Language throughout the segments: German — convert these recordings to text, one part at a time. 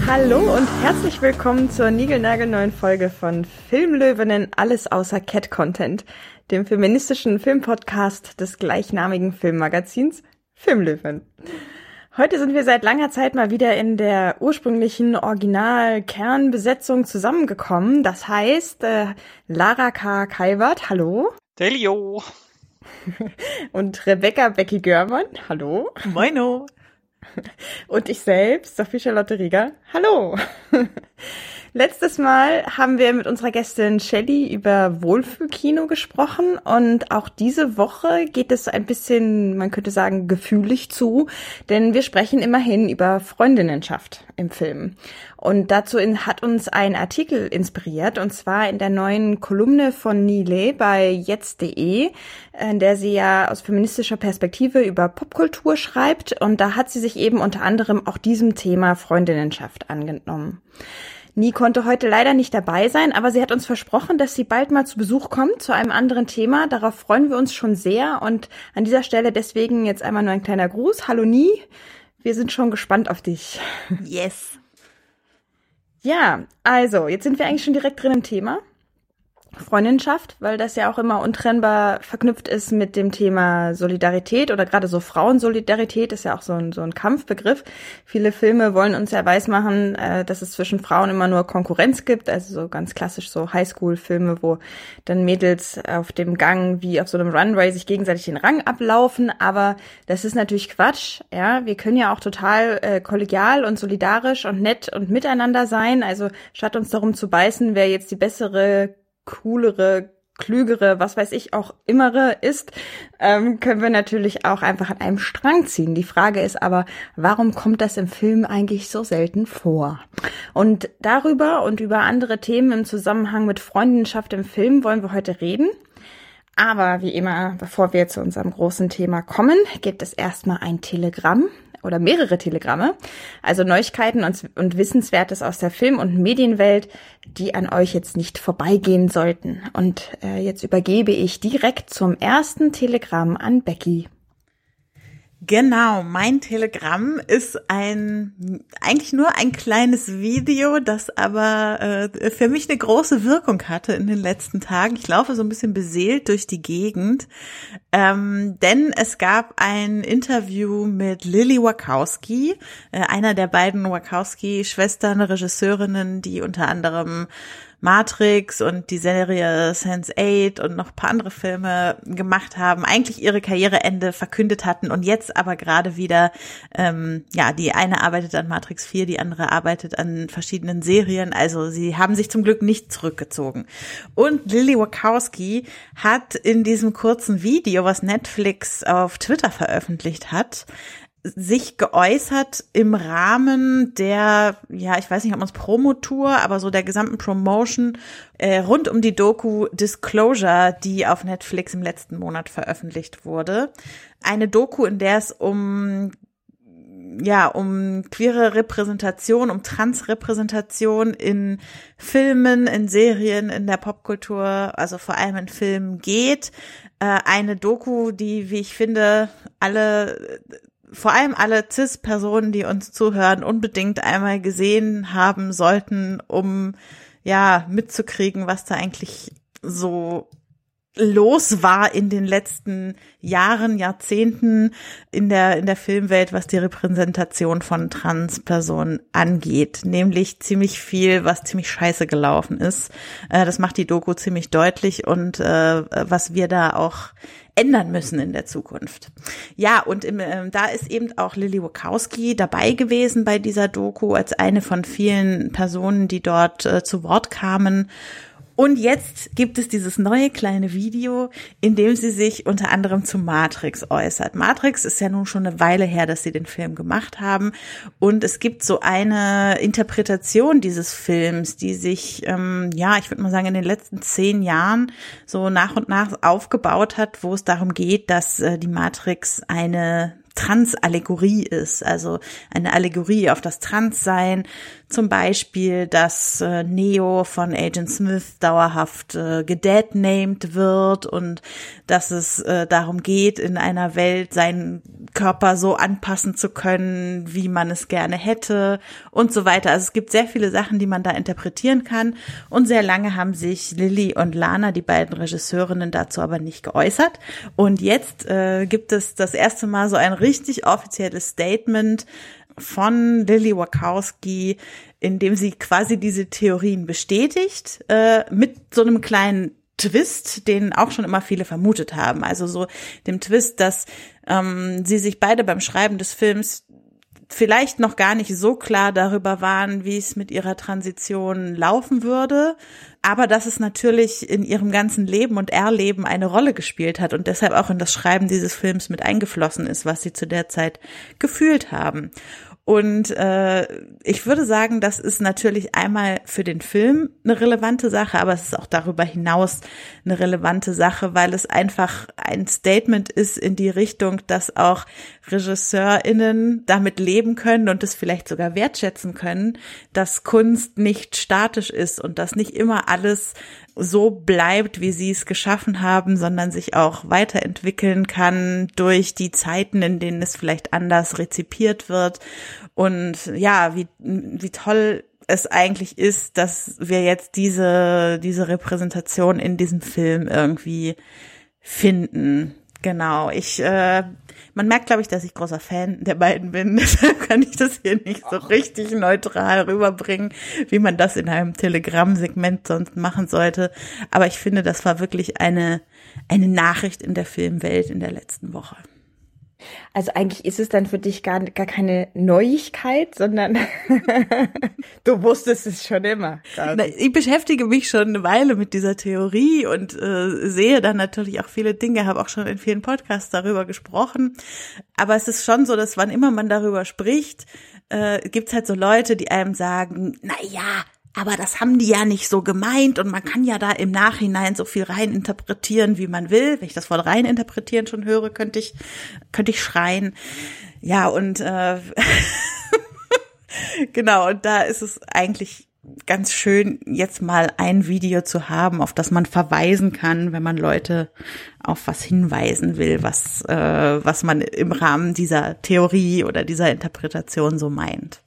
Hallo und herzlich willkommen zur niegelnagelneuen Folge von Filmlöwinnen, alles außer Cat-Content, dem feministischen Filmpodcast des gleichnamigen Filmmagazins Filmlöwen. Heute sind wir seit langer Zeit mal wieder in der ursprünglichen Original-Kernbesetzung zusammengekommen. Das heißt, Lara K. Kalwert, hallo. Delio. Und Rebecca Becky Görmann, hallo. Moino. Und ich selbst, Sophie Charlotte Rieger, hallo. Letztes Mal haben wir mit unserer Gästin Shelley über Wohlfühlkino gesprochen und auch diese Woche geht es ein bisschen, man könnte sagen, gefühlig zu, denn wir sprechen immerhin über Freundinnenschaft im Film. Und dazu hat uns ein Artikel inspiriert, und zwar in der neuen Kolumne von Nile bei jetzt.de, in der sie ja aus feministischer Perspektive über Popkultur schreibt, und da hat sie sich eben unter anderem auch diesem Thema Freundinnenschaft angenommen. Nie konnte heute leider nicht dabei sein, aber sie hat uns versprochen, dass sie bald mal zu Besuch kommt zu einem anderen Thema. Darauf freuen wir uns schon sehr und an dieser Stelle deswegen jetzt einmal nur ein kleiner Gruß. Hallo Nie, wir sind schon gespannt auf dich. Yes. Ja, also jetzt sind wir eigentlich schon direkt drin im Thema. Freundinnenschaft, weil das ja auch immer untrennbar verknüpft ist mit dem Thema Solidarität oder gerade so Frauensolidarität ist ja auch so ein Kampfbegriff. Viele Filme wollen uns ja weismachen, dass es zwischen Frauen immer nur Konkurrenz gibt, also so ganz klassisch so Highschool-Filme, wo dann Mädels auf dem Gang wie auf so einem Runway sich gegenseitig den Rang ablaufen, aber das ist natürlich Quatsch, ja. Wir können ja auch total kollegial und solidarisch und nett und miteinander sein, also statt uns darum zu beißen, wer jetzt die bessere, coolere, klügere, was weiß ich, auch immere ist, können wir natürlich auch einfach an einem Strang ziehen. Die Frage ist aber, warum kommt das im Film eigentlich so selten vor? Und darüber und über andere Themen im Zusammenhang mit Freundinnenschaft im Film wollen wir heute reden. Aber wie immer, bevor wir zu unserem großen Thema kommen, gibt es erstmal ein Telegramm oder mehrere Telegramme, also Neuigkeiten und Wissenswertes aus der Film- und Medienwelt, die an euch jetzt nicht vorbeigehen sollten. Und jetzt übergebe ich direkt zum ersten Telegramm an Becky. Genau, mein Telegramm ist eigentlich nur ein kleines Video, das aber für mich eine große Wirkung hatte in den letzten Tagen. Ich laufe so ein bisschen beseelt durch die Gegend, denn es gab ein Interview mit Lily Wachowski, einer der beiden Wachowski-Schwestern, Regisseurinnen, die unter anderem Matrix und die Serie Sense8 und noch ein paar andere Filme gemacht haben, eigentlich ihre Karriereende verkündet hatten und jetzt aber gerade wieder, die eine arbeitet an Matrix 4, die andere arbeitet an verschiedenen Serien, also sie haben sich zum Glück nicht zurückgezogen. Und Lily Wachowski hat in diesem kurzen Video, was Netflix auf Twitter veröffentlicht hat, sich geäußert im Rahmen der, ich weiß nicht, ob man es Promotour, aber so der gesamten Promotion rund um die Doku Disclosure, die auf Netflix im letzten Monat veröffentlicht wurde. Eine Doku, in der es um queere Repräsentation, um Transrepräsentation in Filmen, in Serien, in der Popkultur, also vor allem in Filmen geht. Eine Doku, die, wie ich finde, vor allem alle Cis-Personen, die uns zuhören, unbedingt einmal gesehen haben sollten, um mitzukriegen, was da eigentlich so los war in den letzten Jahren, Jahrzehnten in der Filmwelt, was die Repräsentation von Transpersonen angeht. Nämlich ziemlich viel, was ziemlich scheiße gelaufen ist. Das macht die Doku ziemlich deutlich und was wir da auch ändern müssen in der Zukunft. Ja, und da ist eben auch Lily Wachowski dabei gewesen bei dieser Doku als eine von vielen Personen, die dort zu Wort kamen. Und jetzt gibt es dieses neue kleine Video, in dem sie sich unter anderem zu Matrix äußert. Matrix ist ja nun schon eine Weile her, dass sie den Film gemacht haben. Und es gibt so eine Interpretation dieses Films, die sich, ich würde mal sagen, in den letzten 10 Jahren so nach und nach aufgebaut hat, wo es darum geht, dass die Matrix eine Trans-Allegorie ist, also eine Allegorie auf das Transsein, zum Beispiel, dass Neo von Agent Smith dauerhaft gedeadnamed wird und dass es darum geht, in einer Welt seinen Körper so anpassen zu können, wie man es gerne hätte und so weiter. Also es gibt sehr viele Sachen, die man da interpretieren kann, und sehr lange haben sich Lily und Lana, die beiden Regisseurinnen, dazu aber nicht geäußert. Und jetzt gibt es das erste Mal so ein richtig offizielles Statement von Lily Wachowski, in dem sie quasi diese Theorien bestätigt, mit so einem kleinen Twist, den auch schon immer viele vermutet haben. Also so dem Twist, dass sie sich beide beim Schreiben des Films vielleicht noch gar nicht so klar darüber waren, wie es mit ihrer Transition laufen würde, aber dass es natürlich in ihrem ganzen Leben und Erleben eine Rolle gespielt hat und deshalb auch in das Schreiben dieses Films mit eingeflossen ist, was sie zu der Zeit gefühlt haben. Und ich würde sagen, das ist natürlich einmal für den Film eine relevante Sache, aber es ist auch darüber hinaus eine relevante Sache, weil es einfach ein Statement ist in die Richtung, dass auch RegisseurInnen damit leben können und es vielleicht sogar wertschätzen können, dass Kunst nicht statisch ist und dass nicht immer alles so bleibt, wie sie es geschaffen haben, sondern sich auch weiterentwickeln kann durch die Zeiten, in denen es vielleicht anders rezipiert wird. Und ja, wie toll es eigentlich ist, dass wir jetzt diese Repräsentation in diesem Film irgendwie finden. Genau, man merkt, glaube ich, dass ich großer Fan der beiden bin, deshalb kann ich das hier nicht so richtig neutral rüberbringen, wie man das in einem Telegram-Segment sonst machen sollte. Aber ich finde, das war wirklich eine Nachricht in der Filmwelt in der letzten Woche. Also eigentlich ist es dann für dich gar keine Neuigkeit, sondern du wusstest es schon immer. Ich beschäftige mich schon eine Weile mit dieser Theorie und sehe dann natürlich auch viele Dinge, habe auch schon in vielen Podcasts darüber gesprochen. Aber es ist schon so, dass wann immer man darüber spricht, gibt's halt so Leute, die einem sagen, na ja, aber das haben die ja nicht so gemeint und man kann ja da im Nachhinein so viel rein interpretieren, wie man will. Wenn ich das Wort rein interpretieren schon höre, könnte ich schreien. Ja, und genau, und da ist es eigentlich ganz schön, jetzt mal ein Video zu haben, auf das man verweisen kann, wenn man Leute auf was hinweisen will, was man im Rahmen dieser Theorie oder dieser Interpretation so meint.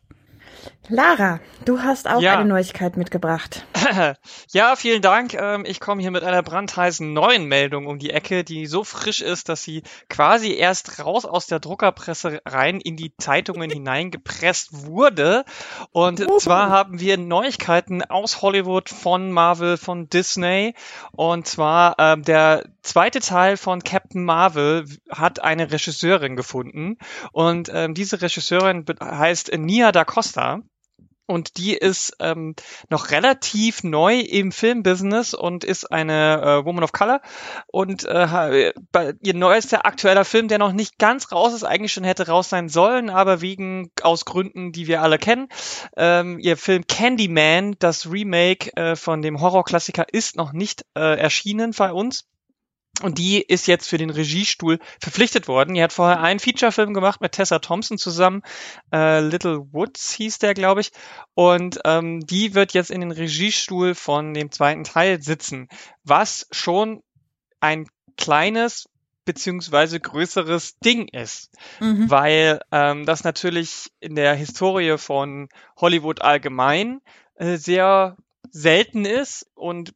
Lara, du hast auch eine Neuigkeit mitgebracht. Ja, vielen Dank. Ich komme hier mit einer brandheißen neuen Meldung um die Ecke, die so frisch ist, dass sie quasi erst raus aus der Druckerpresse rein in die Zeitungen hineingepresst wurde. Und zwar haben wir Neuigkeiten aus Hollywood, von Marvel, von Disney. Und zwar der zweite Teil von Captain Marvel hat eine Regisseurin gefunden. Und diese Regisseurin heißt Nia Da Costa. Und die ist noch relativ neu im Filmbusiness und ist eine Woman of Color. Und ihr neuester aktueller Film, der noch nicht ganz raus ist, eigentlich schon hätte raus sein sollen, aber aus Gründen, die wir alle kennen. Ihr Film Candyman, das Remake von dem Horrorklassiker, ist noch nicht erschienen bei uns. Und die ist jetzt für den Regiestuhl verpflichtet worden. Die hat vorher einen Featurefilm gemacht mit Tessa Thompson zusammen. Little Woods hieß der, glaube ich. Und die wird jetzt in den Regiestuhl von dem zweiten Teil sitzen. Was schon ein kleines beziehungsweise größeres Ding ist. Weil das natürlich in der Historie von Hollywood allgemein sehr selten ist und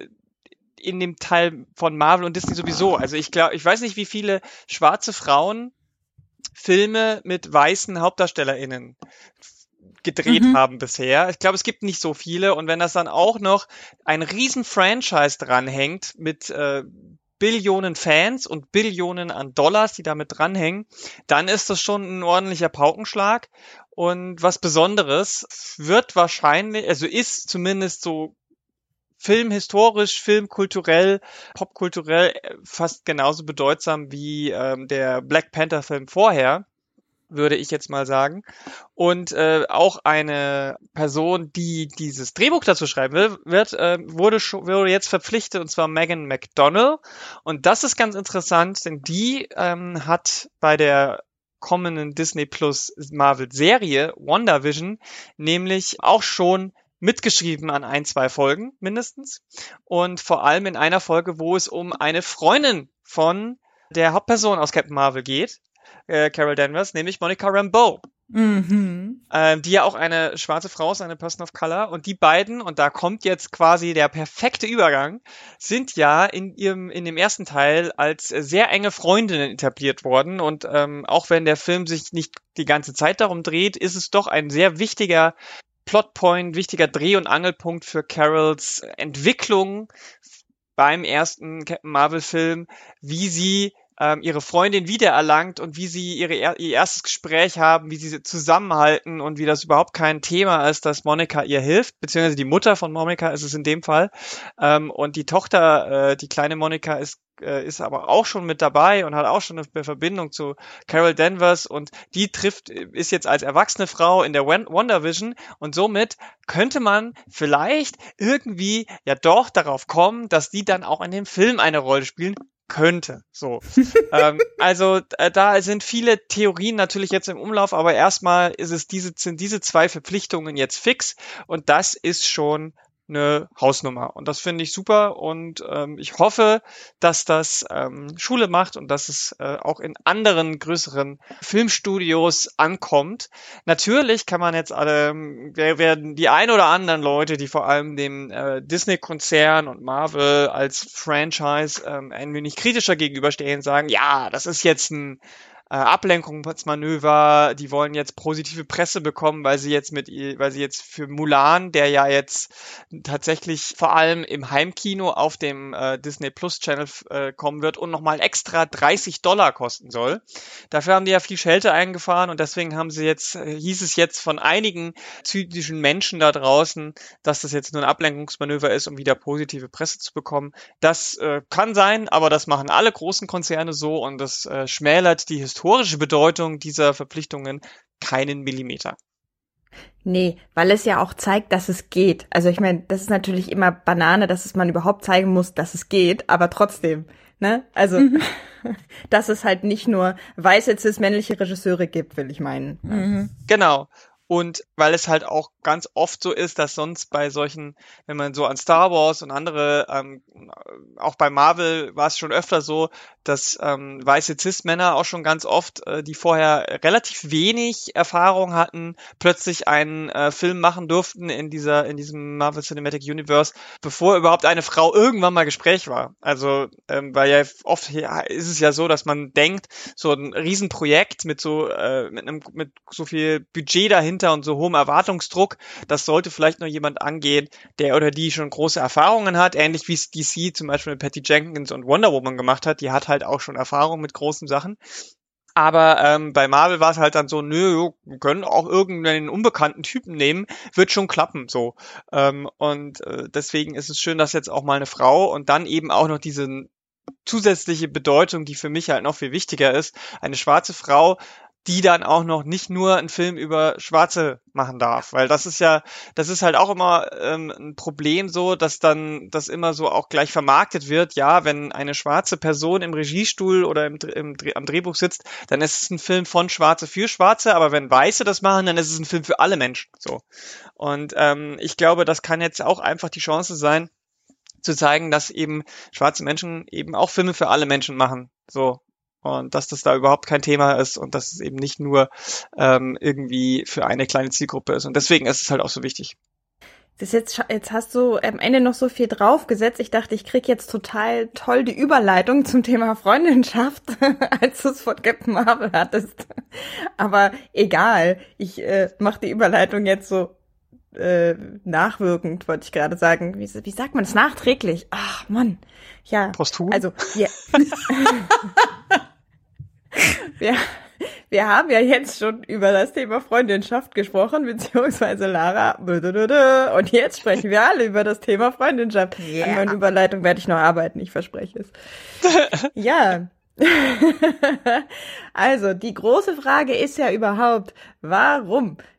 in dem Teil von Marvel und Disney sowieso. Also ich weiß nicht, wie viele schwarze Frauen Filme mit weißen HauptdarstellerInnen gedreht haben bisher. Ich glaube, es gibt nicht so viele. Und wenn das dann auch noch ein riesen Franchise dranhängt mit Billionen Fans und Billionen an Dollars, die damit dranhängen, dann ist das schon ein ordentlicher Paukenschlag. Und was Besonderes wird wahrscheinlich, also ist zumindest so filmhistorisch, filmkulturell, popkulturell fast genauso bedeutsam wie der Black Panther Film vorher, würde ich jetzt mal sagen. Und auch eine Person, die dieses Drehbuch dazu schreiben will, wurde jetzt verpflichtet, und zwar Megan McDonnell. Und das ist ganz interessant, denn die hat bei der kommenden Disney Plus Marvel Serie WandaVision nämlich auch schon mitgeschrieben an 1-2 Folgen mindestens und vor allem in einer Folge, wo es um eine Freundin von der Hauptperson aus Captain Marvel geht, Carol Danvers, nämlich Monica Rambeau. Die ja auch eine schwarze Frau ist, eine Person of Color, und die beiden, und da kommt jetzt quasi der perfekte Übergang, sind ja in dem ersten Teil als sehr enge Freundinnen etabliert worden, und auch wenn der Film sich nicht die ganze Zeit darum dreht, ist es doch ein sehr wichtiger Plotpoint, wichtiger Dreh- und Angelpunkt für Carols Entwicklung beim ersten Captain Marvel Film, wie sie ihre Freundin wiedererlangt und wie sie ihr erstes Gespräch haben, wie sie zusammenhalten und wie das überhaupt kein Thema ist, dass Monica ihr hilft, beziehungsweise die Mutter von Monica ist es in dem Fall. Und die Tochter, die kleine Monica, ist aber auch schon mit dabei und hat auch schon eine Verbindung zu Carol Danvers, und die ist jetzt als erwachsene Frau in der WandaVision, und somit könnte man vielleicht irgendwie ja doch darauf kommen, dass die dann auch in dem Film eine Rolle spielen könnte. So. Also da sind viele Theorien natürlich jetzt im Umlauf, aber erstmal sind diese 2 Verpflichtungen jetzt fix, und das ist schon eine Hausnummer. Und das finde ich super, und ich hoffe, dass das Schule macht und dass es auch in anderen größeren Filmstudios ankommt. Natürlich kann man jetzt werden die ein oder anderen Leute, die vor allem dem Disney-Konzern und Marvel als Franchise ein wenig kritischer gegenüberstehen, sagen, ja, das ist jetzt ein Ablenkungsmanöver, die wollen jetzt positive Presse bekommen, weil sie jetzt für Mulan, der ja jetzt tatsächlich vor allem im Heimkino auf dem Disney Plus Channel kommen wird und nochmal extra $30 kosten soll. Dafür haben die ja viel Schelte eingefahren, und deswegen hieß es jetzt von einigen zynischen Menschen da draußen, dass das jetzt nur ein Ablenkungsmanöver ist, um wieder positive Presse zu bekommen. Das kann sein, aber das machen alle großen Konzerne so, und das schmälert die historische Bedeutung dieser Verpflichtungen keinen Millimeter. Nee, weil es ja auch zeigt, dass es geht. Also ich meine, das ist natürlich immer Banane, dass man überhaupt zeigen muss, dass es geht, aber trotzdem, ne? Also, dass es halt nicht nur weiße, cis-männliche Regisseure gibt, will ich meinen. Genau. Und weil es halt auch ganz oft so ist, dass sonst bei solchen, wenn man so an Star Wars und andere, auch bei Marvel war es schon öfter so, dass weiße Cis-Männer auch schon ganz oft, die vorher relativ wenig Erfahrung hatten, plötzlich einen Film machen durften in diesem Marvel Cinematic Universe, bevor überhaupt eine Frau irgendwann mal Gespräch war. Also, weil ja oft ist es ja so, dass man denkt, so ein Riesenprojekt mit so viel Budget dahinter und so hohem Erwartungsdruck, das sollte vielleicht noch jemand angehen, der oder die schon große Erfahrungen hat, ähnlich wie es DC zum Beispiel mit Patty Jenkins und Wonder Woman gemacht hat. Die hat halt auch schon Erfahrung mit großen Sachen. Aber bei Marvel war es halt dann so, nö, wir können auch irgendeinen unbekannten Typen nehmen, wird schon klappen, so. Deswegen ist es schön, dass jetzt auch mal eine Frau und dann eben auch noch diese zusätzliche Bedeutung, die für mich halt noch viel wichtiger ist, eine schwarze Frau, die dann auch noch nicht nur einen Film über Schwarze machen darf, weil das ist halt auch immer ein Problem so, dass dann das immer so auch gleich vermarktet wird, ja, wenn eine schwarze Person im Regiestuhl oder am Drehbuch sitzt, dann ist es ein Film von Schwarze für Schwarze, aber wenn Weiße das machen, dann ist es ein Film für alle Menschen, so. Und ich glaube, das kann jetzt auch einfach die Chance sein, zu zeigen, dass eben schwarze Menschen eben auch Filme für alle Menschen machen, so. Und dass das da überhaupt kein Thema ist und dass es eben nicht nur irgendwie für eine kleine Zielgruppe ist. Und deswegen ist es halt auch so wichtig. Jetzt hast du am Ende noch so viel draufgesetzt. Ich dachte, ich krieg jetzt total toll die Überleitung zum Thema Freundinschaft, als du es von Captain Marvel hattest. Aber egal, ich mache die Überleitung jetzt so nachwirkend, wollte ich gerade sagen. Wie sagt man das? Nachträglich. Ach, Mann. Ja. Posthum? Also, ja. Wir haben ja jetzt schon über das Thema Freundinschaft gesprochen, beziehungsweise Lara. Und jetzt sprechen wir alle über das Thema Freundinschaft. Yeah. An meiner Überleitung werde ich noch arbeiten, ich verspreche es. Ja. Also, die große Frage ist ja überhaupt, warum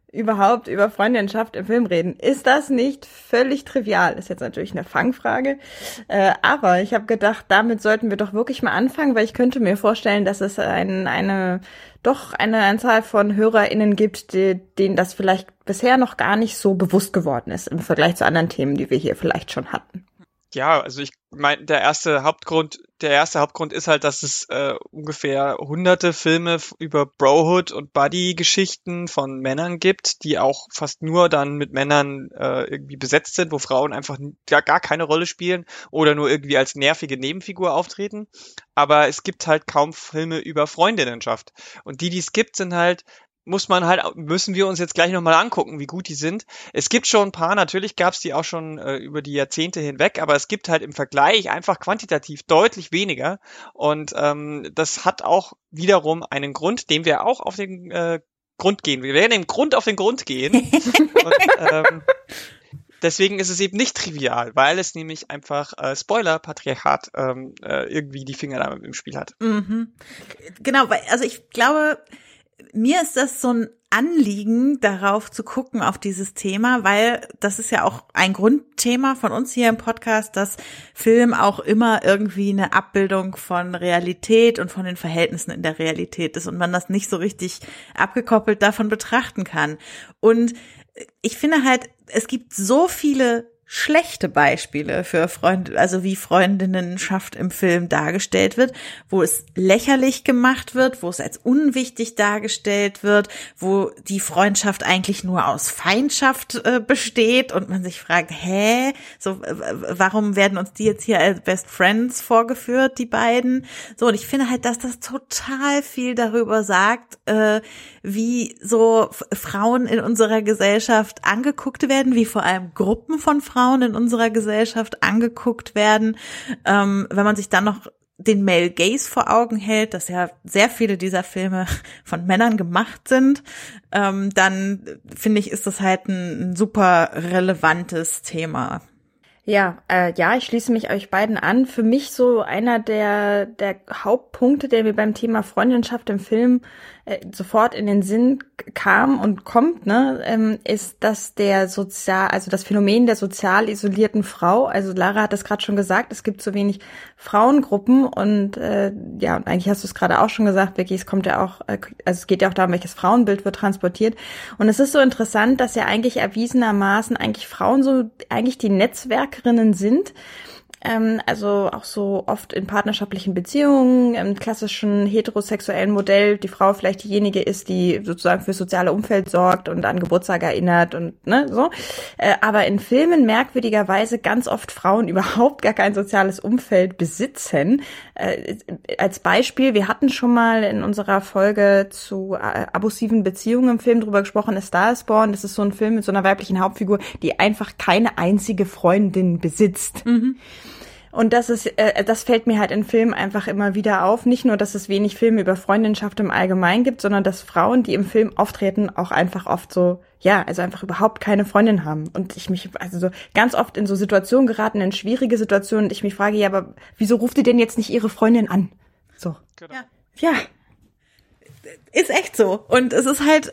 überhaupt über Freundinnenschaft im Film reden. Ist das nicht völlig trivial? Ist jetzt natürlich eine Fangfrage. Aber ich habe gedacht, damit sollten wir doch wirklich mal anfangen, weil ich könnte mir vorstellen, dass es eine Anzahl von HörerInnen gibt, denen das vielleicht bisher noch gar nicht so bewusst geworden ist im Vergleich zu anderen Themen, die wir hier vielleicht schon hatten. Ja, also ich meine, der erste Hauptgrund ist halt, dass es ungefähr hunderte Filme über Brohood und Buddy-Geschichten von Männern gibt, die auch fast nur dann mit Männern irgendwie besetzt sind, wo Frauen einfach gar keine Rolle spielen oder nur irgendwie als nervige Nebenfigur auftreten. Aber es gibt halt kaum Filme über Freundinnenschaft. Und die es gibt, sind halt müssen wir uns jetzt gleich nochmal angucken, wie gut die sind. Es gibt schon ein paar, natürlich gab es die auch schon über die Jahrzehnte hinweg, aber es gibt halt im Vergleich einfach quantitativ deutlich weniger. Und das hat auch wiederum einen Grund, dem wir auch auf den Grund gehen. Wir werden dem Grund auf den Grund gehen. Und, deswegen ist es eben nicht trivial, weil es nämlich einfach Spoiler-Patriarchat irgendwie die Finger da im Spiel hat. Mhm. Genau, also ich glaube, mir ist das so ein Anliegen, darauf zu gucken, auf dieses Thema, weil das ist ja auch ein Grundthema von uns hier im Podcast, dass Film auch immer irgendwie eine Abbildung von Realität und von den Verhältnissen in der Realität ist und man das nicht so richtig abgekoppelt davon betrachten kann. Und ich finde halt, es gibt so viele schlechte Beispiele für Freunde, also wie Freundinnenschaft im Film dargestellt wird, wo es lächerlich gemacht wird, wo es als unwichtig dargestellt wird, wo die Freundschaft eigentlich nur aus Feindschaft besteht und man sich fragt, warum werden uns die jetzt hier als Best Friends vorgeführt, die beiden? So, und ich finde halt, dass das total viel darüber sagt, wie so Frauen in unserer Gesellschaft angeguckt werden, wie vor allem Gruppen von Frauen in unserer Gesellschaft angeguckt werden. Wenn man sich dann noch den Male Gaze vor Augen hält, dass ja sehr viele dieser Filme von Männern gemacht sind, dann finde ich, ist das halt ein super relevantes Thema. Ja, ich schließe mich euch beiden an. Für mich so einer der Hauptpunkte, der mir beim Thema Freundinnenschaft im Film sofort in den Sinn kam und kommt, ist, dass das Phänomen der sozial isolierten Frau, also Lara hat das gerade schon gesagt, es gibt so wenig Frauengruppen und und eigentlich hast du es gerade auch schon gesagt, Vicky, es geht ja auch darum, welches Frauenbild wird transportiert. Und es ist so interessant, dass ja eigentlich erwiesenermaßen eigentlich Frauen so eigentlich die Netzwerkerinnen sind. Also auch so oft in partnerschaftlichen Beziehungen, im klassischen heterosexuellen Modell, die Frau vielleicht diejenige ist, die sozusagen fürs soziale Umfeld sorgt und an Geburtstag erinnert und so. Aber in Filmen merkwürdigerweise ganz oft Frauen überhaupt gar kein soziales Umfeld besitzen. Als Beispiel, wir hatten schon mal in unserer Folge zu abusiven Beziehungen im Film drüber gesprochen, A Star is Born. Das ist so ein Film mit so einer weiblichen Hauptfigur, die einfach keine einzige Freundin besitzt. Mhm. Und das fällt mir halt in Filmen einfach immer wieder auf. Nicht nur, dass es wenig Filme über Freundinnenschaft im Allgemeinen gibt, sondern dass Frauen, die im Film auftreten, auch einfach oft so, also einfach überhaupt keine Freundin haben. Und ich mich so ganz oft in so Situationen geraten, in schwierige Situationen, und ich mich frage, aber wieso ruft ihr denn jetzt nicht ihre Freundin an? So. Genau. Ja. Ist echt so. Und es ist halt,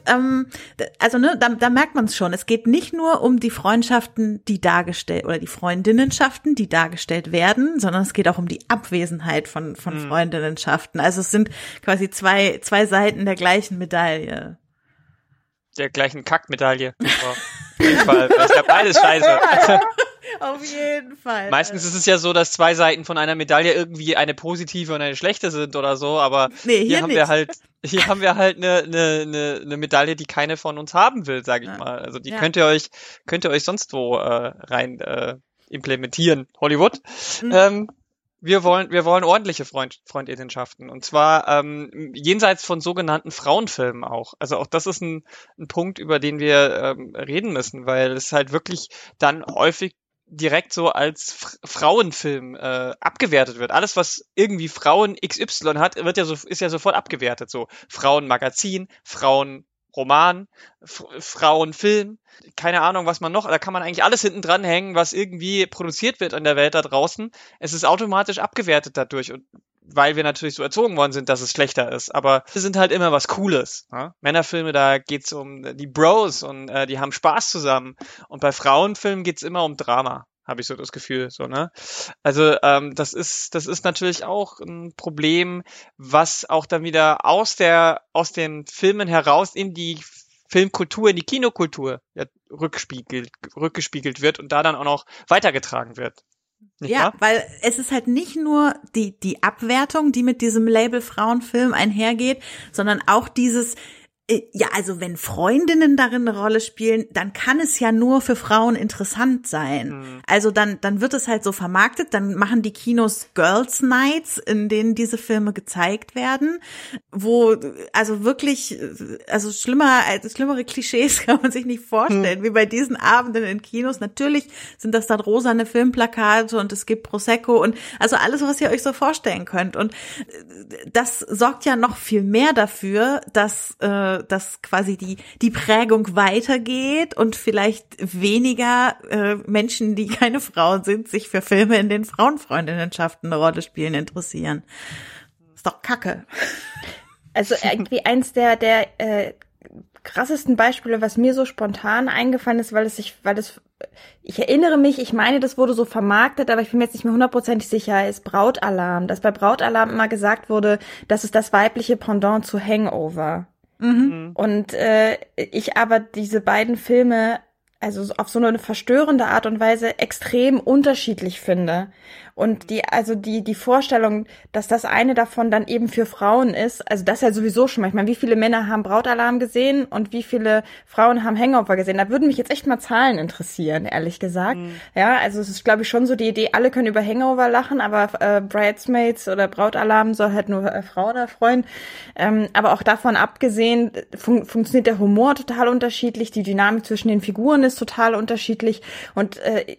da merkt man es schon. Es geht nicht nur um die Freundschaften, die dargestellt, oder die Freundinnenschaften, die dargestellt werden, sondern es geht auch um die Abwesenheit von Freundinnenschaften. Also es sind quasi zwei Seiten der gleichen Medaille. Der gleichen Kackmedaille. Auf jeden Fall. Das ist ja beides scheiße. Auf jeden Fall. Meistens ist es ja so, dass zwei Seiten von einer Medaille irgendwie eine positive und eine schlechte sind oder so, aber hier haben wir halt eine Medaille, die keine von uns haben will, sag ich mal. Also die könnt ihr euch sonst wo rein implementieren. Hollywood. Mhm. Wir wollen ordentliche Freundinnenschaften, und zwar jenseits von sogenannten Frauenfilmen auch. Also auch das ist ein Punkt, über den wir reden müssen, weil es halt wirklich dann häufig direkt so als Frauenfilm abgewertet wird. Alles, was irgendwie Frauen XY hat, ist ja sofort abgewertet. So Frauenmagazin, Frauenroman, Frauenfilm, keine Ahnung, was man noch, da kann man eigentlich alles hinten dran hängen, was irgendwie produziert wird in der Welt da draußen. Es ist automatisch abgewertet dadurch, und weil wir natürlich so erzogen worden sind, dass es schlechter ist. Aber wir sind halt immer was Cooles. Ne? Männerfilme, da geht's um die Bros und die haben Spaß zusammen. Und bei Frauenfilmen geht's immer um Drama, habe ich so das Gefühl. So, ne? Also das ist natürlich auch ein Problem, was auch dann wieder aus den Filmen heraus in die Filmkultur, in die Kinokultur rückgespiegelt wird und da dann auch noch weitergetragen wird. Nicht ja, wahr? weil es ist halt nicht nur die Abwertung, die mit diesem Label Frauenfilm einhergeht, sondern auch dieses, ja, also wenn Freundinnen darin eine Rolle spielen, dann kann es ja nur für Frauen interessant sein. Also dann wird es halt so vermarktet, dann machen die Kinos Girls Nights, in denen diese Filme gezeigt werden, wo also wirklich, also schlimmere Klischees kann man sich nicht vorstellen, wie bei diesen Abenden in Kinos. Natürlich sind das dann rosane Filmplakate und es gibt Prosecco und also alles, was ihr euch so vorstellen könnt. Und das sorgt ja noch viel mehr dafür, dass quasi die Prägung weitergeht und vielleicht weniger Menschen, die keine Frauen sind, sich für Filme, in denen Frauenfreundinnenschaften eine Rolle spielen, interessieren. Ist doch Kacke. Also irgendwie eins der krassesten Beispiele, was mir so spontan eingefallen ist, ich erinnere mich, ich meine, das wurde so vermarktet, aber ich bin mir jetzt nicht mehr hundertprozentig sicher, ist Brautalarm. Dass bei Brautalarm immer gesagt wurde, das ist das weibliche Pendant zu Hangover. Und ich aber diese beiden Filme also auf so eine verstörende Art und Weise extrem unterschiedlich finde. Und die Vorstellung, dass das eine davon dann eben für Frauen ist, also das ja sowieso schon mal. Ich meine, wie viele Männer haben Brautalarm gesehen und wie viele Frauen haben Hangover gesehen? Da würden mich jetzt echt mal Zahlen interessieren, ehrlich gesagt. Ja, also es ist, glaube ich, schon so die Idee, alle können über Hangover lachen, aber Bridesmaids oder Brautalarm soll halt nur Frauen erfreuen. Aber auch davon abgesehen, funktioniert der Humor total unterschiedlich, die Dynamik zwischen den Figuren ist total unterschiedlich und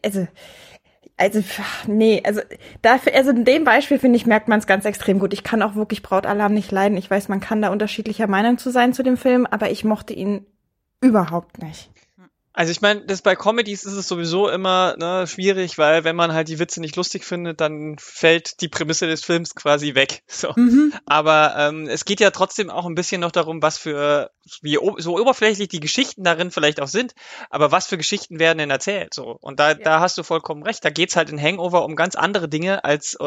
in dem Beispiel, finde ich, merkt man es ganz extrem gut. Ich kann auch wirklich Brautalarm nicht leiden. Ich weiß, man kann da unterschiedlicher Meinung zu sein zu dem Film, aber ich mochte ihn überhaupt nicht. Also ich meine, bei Comedies ist es sowieso immer schwierig, weil wenn man halt die Witze nicht lustig findet, dann fällt die Prämisse des Films quasi weg. So. Aber es geht ja trotzdem auch ein bisschen noch darum, so oberflächlich die Geschichten darin vielleicht auch sind, aber was für Geschichten werden denn erzählt? So. Und da hast du vollkommen recht. Da geht's halt in Hangover um ganz andere Dinge als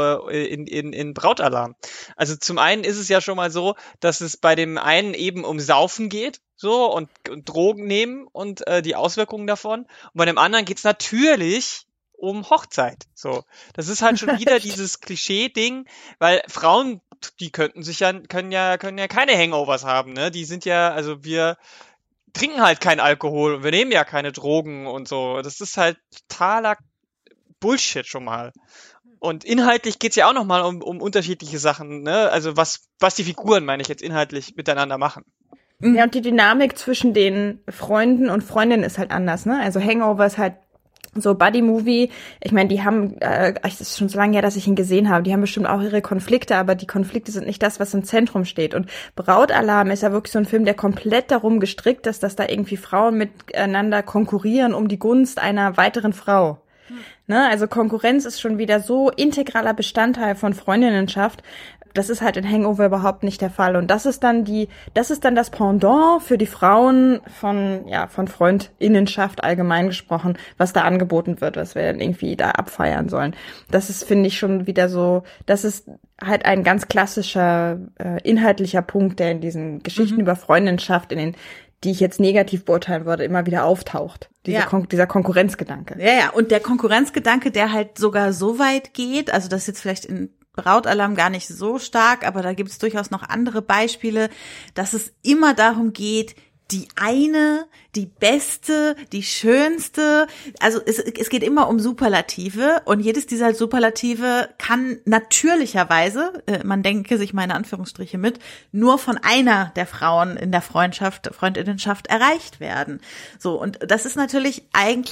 in Brautalarm. Also zum einen ist es ja schon mal so, dass es bei dem einen eben um Saufen geht. So, und Drogen nehmen und die Auswirkungen davon. Und bei dem anderen geht's natürlich um Hochzeit. So, das ist halt schon wieder dieses Klischee-Ding, weil Frauen, die können ja keine Hangovers haben, ne? Die sind ja, also wir trinken halt keinen Alkohol und wir nehmen ja keine Drogen und so. Das ist halt totaler Bullshit schon mal. Und inhaltlich geht's ja auch nochmal um unterschiedliche Sachen, ne? Also was die Figuren, meine ich jetzt, inhaltlich miteinander machen. Ja, und die Dynamik zwischen den Freunden und Freundinnen ist halt anders, ne? Also Hangover ist halt so Buddy-Movie. Ich meine, die haben, es ist schon so lange her, dass ich ihn gesehen habe, die haben bestimmt auch ihre Konflikte, aber die Konflikte sind nicht das, was im Zentrum steht. Und Brautalarm ist ja wirklich so ein Film, der komplett darum gestrickt ist, dass da irgendwie Frauen miteinander konkurrieren um die Gunst einer weiteren Frau. Ne? Also Konkurrenz ist schon wieder so integraler Bestandteil von Freundinnenschaft. Das ist halt in Hangover überhaupt nicht der Fall. Und das ist dann das Pendant für die Frauen von Freundinnenschaft allgemein gesprochen, was da angeboten wird, was wir dann irgendwie da abfeiern sollen. Das ist, finde ich, schon wieder so, das ist halt ein ganz klassischer inhaltlicher Punkt, der in diesen Geschichten über Freundinnenschaft, die ich jetzt negativ beurteilen würde, immer wieder auftaucht. Dieser Konkurrenzgedanke. Ja, und der Konkurrenzgedanke, der halt sogar so weit geht, also das ist jetzt vielleicht in Brautalarm gar nicht so stark, aber da gibt es durchaus noch andere Beispiele, dass es immer darum geht, die eine, die beste, die schönste, also es geht immer um Superlative und jedes dieser Superlative kann natürlicherweise, man denke sich meine Anführungsstriche mit, nur von einer der Frauen in der Freundinnenschaft erreicht werden. So, und das ist natürlich eigentlich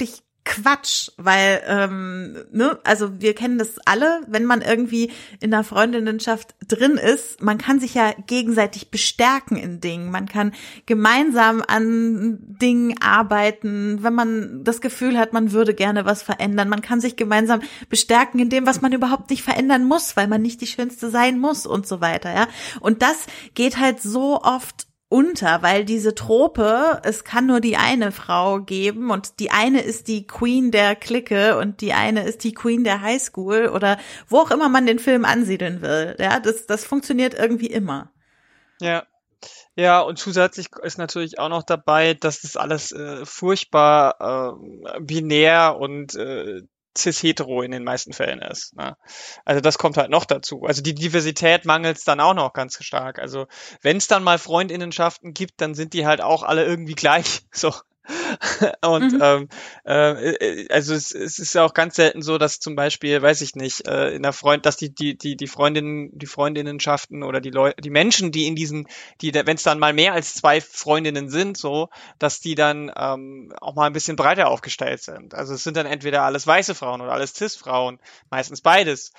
Quatsch, weil, also wir kennen das alle, wenn man irgendwie in einer Freundinnenschaft drin ist, man kann sich ja gegenseitig bestärken in Dingen, man kann gemeinsam an Dingen arbeiten, wenn man das Gefühl hat, man würde gerne was verändern, man kann sich gemeinsam bestärken in dem, was man überhaupt nicht verändern muss, weil man nicht die Schönste sein muss und so weiter, ja. Und das geht halt so oft unter, weil diese Trope, es kann nur die eine Frau geben und die eine ist die Queen der Clique und die eine ist die Queen der Highschool oder wo auch immer man den Film ansiedeln will. Ja, das funktioniert irgendwie immer. Ja. Ja, und zusätzlich ist natürlich auch noch dabei, dass das alles furchtbar binär und cis-hetero in den meisten Fällen ist. Ne? Also das kommt halt noch dazu. Also die Diversität mangelt es dann auch noch ganz stark. Also wenn es dann mal Freundinnenschaften gibt, dann sind die halt auch alle irgendwie gleich. So. Und also es ist ja auch ganz selten so, dass zum Beispiel, weiß ich nicht, in der dass die Freundinnenschaften oder die Menschen, die in diesen, wenn es dann mal mehr als 2 Freundinnen sind, so, dass die dann auch mal ein bisschen breiter aufgestellt sind. Also es sind dann entweder alles weiße Frauen oder alles Cis-Frauen, meistens beides.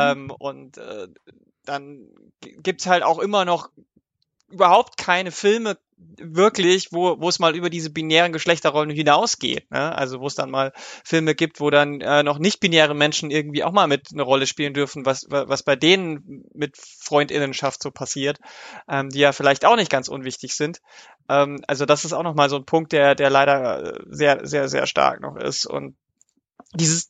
Dann gibt's halt auch immer noch überhaupt keine Filme wirklich, wo es mal über diese binären Geschlechterrollen hinausgeht, ne? Also wo es dann mal Filme gibt, wo dann noch nicht-binäre Menschen irgendwie auch mal mit eine Rolle spielen dürfen, was bei denen mit Freundinnenschaft so passiert, die ja vielleicht auch nicht ganz unwichtig sind. Also das ist auch noch mal so ein Punkt, der leider sehr, sehr, sehr stark noch ist. Und dieses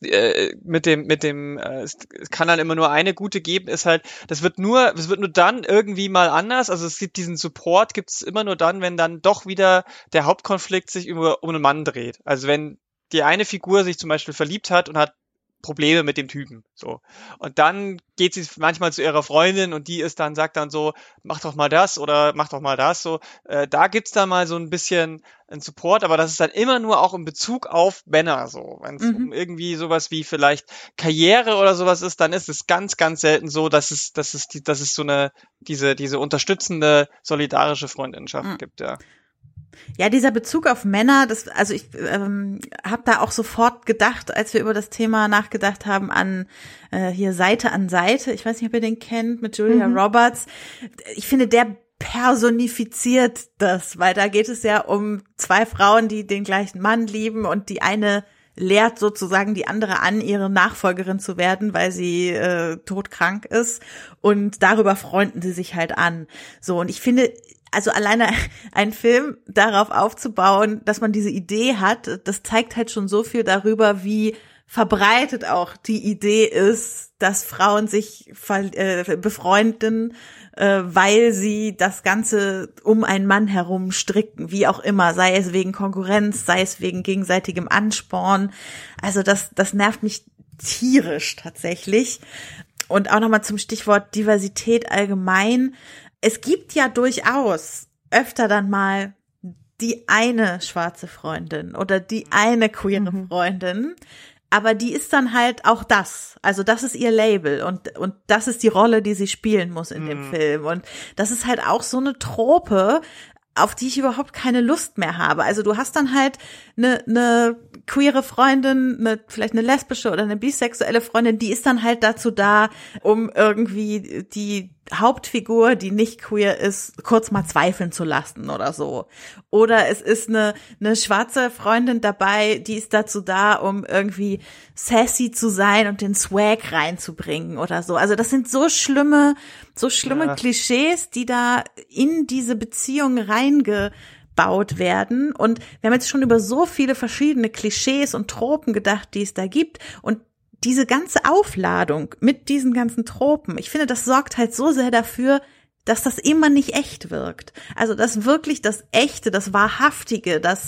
es kann dann immer nur eine gute geben, ist halt, es wird nur dann irgendwie mal anders, also es gibt diesen Support, gibt es immer nur dann, wenn dann doch wieder der Hauptkonflikt sich um einen Mann dreht. Also wenn die eine Figur sich zum Beispiel verliebt hat und hat Probleme mit dem Typen, so. Und dann geht sie manchmal zu ihrer Freundin und die sagt dann so, mach doch mal das oder mach doch mal das, so. Da gibt's dann mal so ein bisschen einen Support, aber das ist dann immer nur auch in Bezug auf Männer, so. Wenn es um irgendwie sowas wie vielleicht Karriere oder sowas ist, dann ist es ganz, ganz selten so, dass es so diese unterstützende, solidarische Freundinnenschaft gibt, ja. Ja, dieser Bezug auf Männer, also ich habe da auch sofort gedacht, als wir über das Thema nachgedacht haben, an hier Seite an Seite. Ich weiß nicht, ob ihr den kennt, mit Julia Roberts. Ich finde, der personifiziert das, weil da geht es ja um 2 Frauen, die den gleichen Mann lieben und die eine lehrt sozusagen die andere an, ihre Nachfolgerin zu werden, weil sie todkrank ist und darüber freunden sie sich halt an. So, und ich finde, also alleine ein Film darauf aufzubauen, dass man diese Idee hat, das zeigt halt schon so viel darüber, wie verbreitet auch die Idee ist, dass Frauen sich befreunden, weil sie das Ganze um einen Mann herum stricken, wie auch immer, sei es wegen Konkurrenz, sei es wegen gegenseitigem Ansporn. Also das nervt mich tierisch tatsächlich. Und auch nochmal zum Stichwort Diversität allgemein. Es gibt ja durchaus öfter dann mal die eine schwarze Freundin oder die eine queere Freundin, aber die ist dann halt auch das. Also das ist ihr Label und das ist die Rolle, die sie spielen muss in dem Film. Und das ist halt auch so eine Trope, auf die ich überhaupt keine Lust mehr habe. Also du hast dann halt eine queere Freundin, vielleicht eine lesbische oder eine bisexuelle Freundin, die ist dann halt dazu da, um irgendwie die Hauptfigur, die nicht queer ist, kurz mal zweifeln zu lassen oder so. Oder es ist eine schwarze Freundin dabei, die ist dazu da, um irgendwie sassy zu sein und den Swag reinzubringen oder so. Also das sind so schlimme Klischees, die da in diese Beziehung reingebaut werden. Und wir haben jetzt schon über so viele verschiedene Klischees und Tropen gedacht, die es da gibt. Und diese ganze Aufladung mit diesen ganzen Tropen, ich finde, das sorgt halt so sehr dafür, dass das immer nicht echt wirkt. Also dass wirklich das Echte, das Wahrhaftige, das,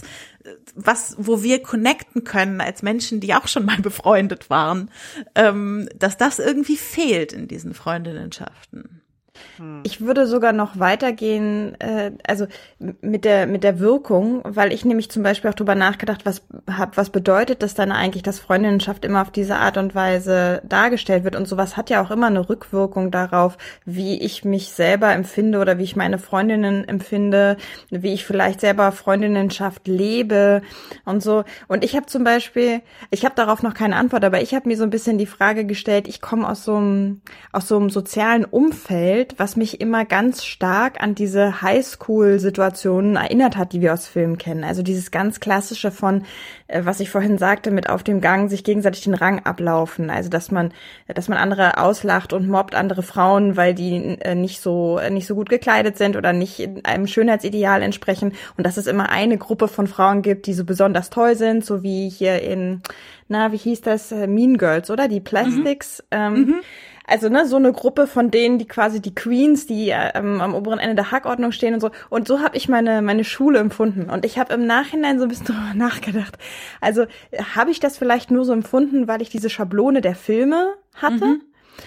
wo wir connecten können als Menschen, die auch schon mal befreundet waren, dass das irgendwie fehlt in diesen Freundinnenschaften. Ich würde sogar noch weitergehen, also mit der Wirkung, weil ich nämlich zum Beispiel auch drüber nachgedacht, was bedeutet das dann eigentlich, dass Freundinnenschaft immer auf diese Art und Weise dargestellt wird, und sowas hat ja auch immer eine Rückwirkung darauf, wie ich mich selber empfinde oder wie ich meine Freundinnen empfinde, wie ich vielleicht selber Freundinnenschaft lebe und so. Und ich habe zum Beispiel, ich habe darauf noch keine Antwort, aber ich habe mir so ein bisschen die Frage gestellt, ich komme aus so einem sozialen Umfeld, was mich immer ganz stark an diese Highschool-Situationen erinnert hat, die wir aus Filmen kennen. Also dieses ganz klassische von, was ich vorhin sagte, mit auf dem Gang sich gegenseitig den Rang ablaufen. Also dass man andere auslacht und mobbt andere Frauen, weil die nicht so gut gekleidet sind oder nicht einem Schönheitsideal entsprechen. Und dass es immer eine Gruppe von Frauen gibt, die so besonders toll sind, so wie hier in, wie hieß das, Mean Girls, oder? Die Plastics. Also, so eine Gruppe von denen, die quasi die Queens, die am oberen Ende der Hackordnung stehen und so. Und so habe ich meine Schule empfunden. Und ich habe im Nachhinein so ein bisschen drüber nachgedacht. Also, habe ich das vielleicht nur so empfunden, weil ich diese Schablone der Filme hatte?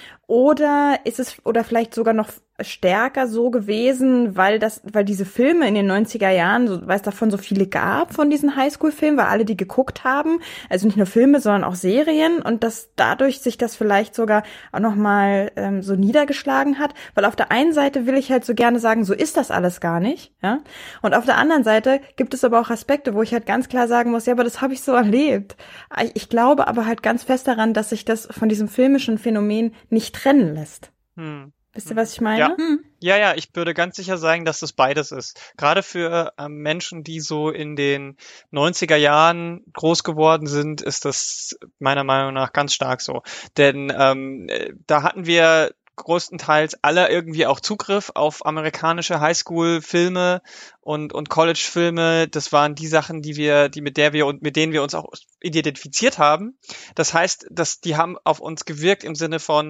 Oder ist es, oder vielleicht sogar noch stärker so gewesen, weil diese Filme in den 90er Jahren, weil es davon so viele gab von diesen Highschool-Filmen, weil alle die geguckt haben, also nicht nur Filme, sondern auch Serien, und dass dadurch sich das vielleicht sogar auch nochmal so niedergeschlagen hat, weil auf der einen Seite will ich halt so gerne sagen, so ist das alles gar nicht, ja, und auf der anderen Seite gibt es aber auch Aspekte, wo ich halt ganz klar sagen muss, ja, aber das habe ich so erlebt. Ich glaube aber halt ganz fest daran, dass sich das von diesem filmischen Phänomen nicht trennen lässt. Wisst ihr, was ich meine? Ja, ich würde ganz sicher sagen, dass das beides ist. Gerade für Menschen, die so in den 90er Jahren groß geworden sind, ist das meiner Meinung nach ganz stark so. Denn da hatten wir größtenteils alle irgendwie auch Zugriff auf amerikanische Highschool-Filme und College-Filme. Das waren die Sachen, mit denen wir uns auch identifiziert haben. Das heißt, die haben auf uns gewirkt im Sinne von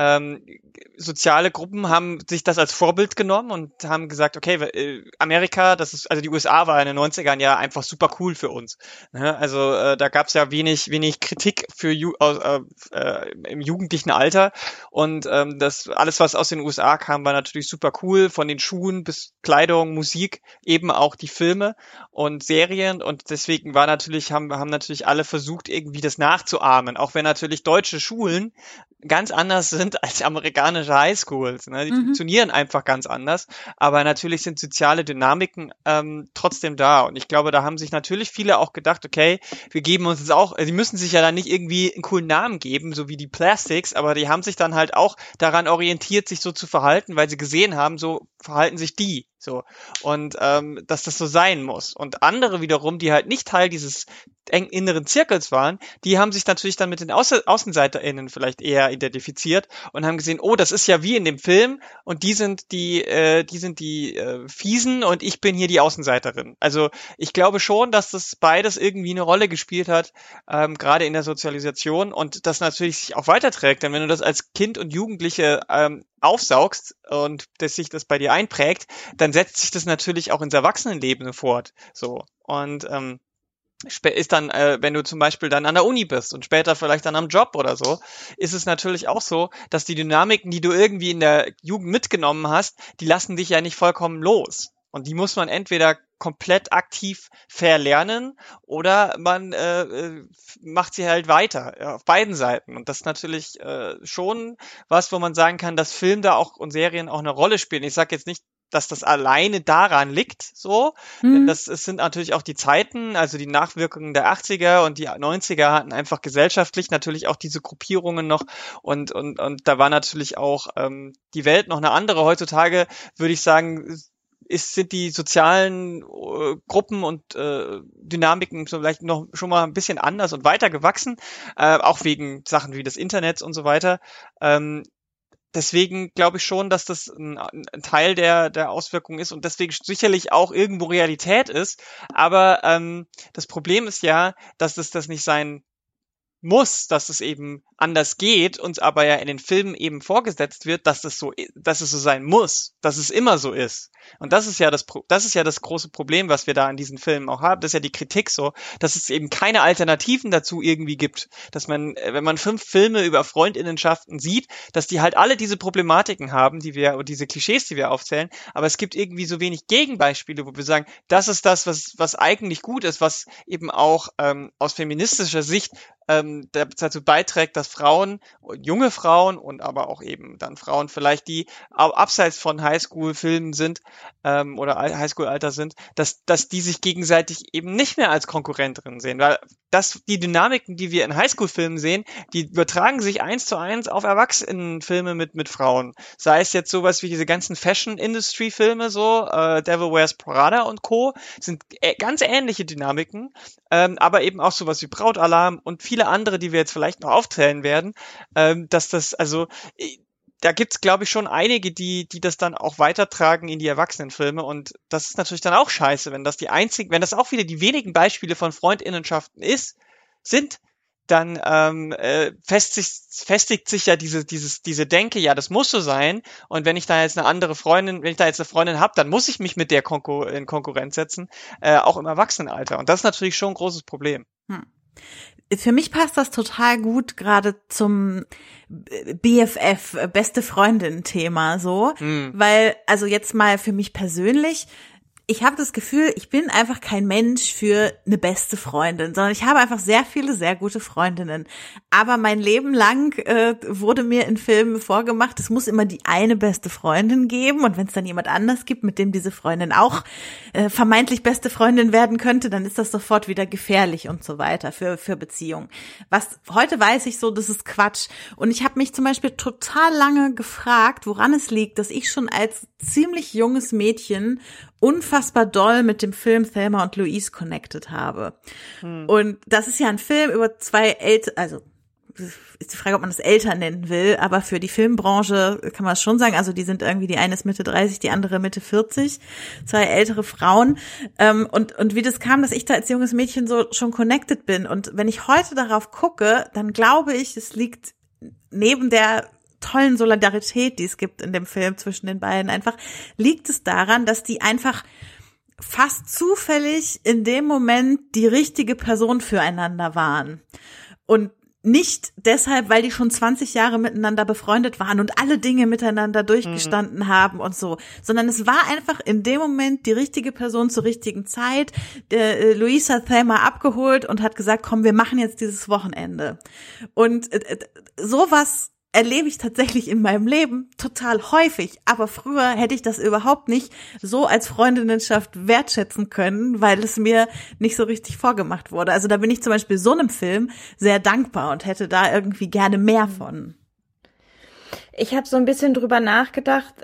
soziale Gruppen haben sich das als Vorbild genommen und haben gesagt, okay, Amerika, also die USA war in den 90ern ja einfach super cool für uns. Ne? Also da gab es ja wenig Kritik für im jugendlichen Alter, und das alles, was aus den USA kam, war natürlich super cool, von den Schuhen bis Kleidung, Musik, eben auch die Filme und Serien, und deswegen haben natürlich alle versucht, irgendwie das nachzuahmen, auch wenn natürlich deutsche Schulen ganz anders sind als amerikanische Highschools. Ne? Die funktionieren einfach ganz anders, aber natürlich sind soziale Dynamiken trotzdem da, und ich glaube, da haben sich natürlich viele auch gedacht, okay, wir geben uns jetzt auch, die müssen sich ja dann nicht irgendwie einen coolen Namen geben, so wie die Plastics, aber die haben sich dann halt auch daran orientiert, sich so zu verhalten, weil sie gesehen haben, so verhalten sich die. So. Und dass das so sein muss. Und andere wiederum, die halt nicht Teil dieses inneren Zirkels waren, die haben sich natürlich dann mit den AußenseiterInnen vielleicht eher identifiziert und haben gesehen, oh, das ist ja wie in dem Film, und die sind die Fiesen und ich bin hier die Außenseiterin. Also ich glaube schon, dass das beides irgendwie eine Rolle gespielt hat, gerade in der Sozialisation, und das natürlich sich auch weiterträgt. Denn wenn du das als Kind und Jugendliche aufsaugst und dass sich das bei dir einprägt, dann setzt sich das natürlich auch ins Erwachsenenleben fort. So. Und ist dann, wenn du zum Beispiel dann an der Uni bist und später vielleicht dann am Job oder so, ist es natürlich auch so, dass die Dynamiken, die du irgendwie in der Jugend mitgenommen hast, die lassen dich ja nicht vollkommen los. Und die muss man entweder komplett aktiv verlernen oder man macht sie halt weiter, auf beiden Seiten. Und das ist natürlich schon was, wo man sagen kann, dass Film da auch und Serien auch eine Rolle spielen. Ich sage jetzt nicht, dass das alleine daran liegt, so. Es sind natürlich auch die Zeiten, also die Nachwirkungen der 80er und die 90er hatten einfach gesellschaftlich natürlich auch diese Gruppierungen noch, und da war natürlich auch die Welt noch eine andere. Heutzutage würde ich sagen, sind die sozialen Gruppen und Dynamiken vielleicht noch schon mal ein bisschen anders und weiter gewachsen, auch wegen Sachen wie des Internets und so weiter. Deswegen glaube ich schon, dass das ein Teil der Auswirkungen ist und deswegen sicherlich auch irgendwo Realität ist. Aber das Problem ist ja, dass das nicht sein muss, dass es eben anders geht, uns aber ja in den Filmen eben vorgesetzt wird, dass es so sein muss, dass es immer so ist. Und das ist ja das große Problem, was wir da in diesen Filmen auch haben. Das ist ja die Kritik so, dass es eben keine Alternativen dazu irgendwie gibt. Dass man, wenn man 5 Filme über Freundinnenschaften sieht, dass die halt alle diese Problematiken haben, diese Klischees, die wir aufzählen. Aber es gibt irgendwie so wenig Gegenbeispiele, wo wir sagen, das ist das, was eigentlich gut ist, was eben auch aus feministischer Sicht dazu beiträgt, dass Frauen, junge Frauen und aber auch eben dann Frauen vielleicht, die abseits von Highschool-Filmen sind oder Highschool-Alter sind, dass die sich gegenseitig eben nicht mehr als Konkurrentinnen sehen, weil die Dynamiken, die wir in Highschool-Filmen sehen, die übertragen sich 1:1 auf Erwachsenenfilme mit Frauen. Sei es jetzt sowas wie diese ganzen Fashion-Industry-Filme, so Devil Wears Prada und Co., sind ganz ähnliche Dynamiken, aber eben auch sowas wie Brautalarm und viele andere, die wir jetzt vielleicht noch aufzählen werden, da gibt's, glaube ich, schon einige, die das dann auch weitertragen in die Erwachsenenfilme, und das ist natürlich dann auch scheiße, wenn das auch wieder die wenigen Beispiele von Freundinnenschaften sind, dann festigt sich ja diese Denke, ja, das muss so sein, und wenn ich da jetzt eine Freundin habe, dann muss ich mich mit der in Konkurrenz setzen, auch im Erwachsenenalter, und das ist natürlich schon ein großes Problem. Für mich passt das total gut gerade zum BFF, beste Freundin-Thema so, weil, also jetzt mal für mich persönlich, ich habe das Gefühl, ich bin einfach kein Mensch für eine beste Freundin, sondern ich habe einfach sehr viele sehr gute Freundinnen. Aber mein Leben lang wurde mir in Filmen vorgemacht, es muss immer die eine beste Freundin geben, und wenn es dann jemand anders gibt, mit dem diese Freundin auch vermeintlich beste Freundin werden könnte, dann ist das sofort wieder gefährlich und so weiter für Beziehungen. Was heute weiß ich so, das ist Quatsch. Und ich habe mich zum Beispiel total lange gefragt, woran es liegt, dass ich schon als ziemlich junges Mädchen unfassbar doll mit dem Film Thelma und Louise connected habe. Und das ist ja ein Film über zwei Eltern, also ist die Frage, ob man das Eltern nennen will, aber für die Filmbranche kann man es schon sagen, also die sind irgendwie, die eine ist Mitte 30, die andere Mitte 40, 2 ältere Frauen, und wie das kam, dass ich da als junges Mädchen so schon connected bin, und wenn ich heute darauf gucke, dann glaube ich, es liegt neben der tollen Solidarität, die es gibt in dem Film zwischen den beiden, einfach liegt es daran, dass die einfach fast zufällig in dem Moment die richtige Person füreinander waren. Und nicht deshalb, weil die schon 20 Jahre miteinander befreundet waren und alle Dinge miteinander durchgestanden haben und so, sondern es war einfach in dem Moment die richtige Person zur richtigen Zeit. Louise hat Thelma abgeholt und hat gesagt, komm, wir machen jetzt dieses Wochenende. Und sowas erlebe ich tatsächlich in meinem Leben total häufig, aber früher hätte ich das überhaupt nicht so als Freundinnenschaft wertschätzen können, weil es mir nicht so richtig vorgemacht wurde. Also da bin ich zum Beispiel so einem Film sehr dankbar und hätte da irgendwie gerne mehr von. Ich habe so ein bisschen drüber nachgedacht,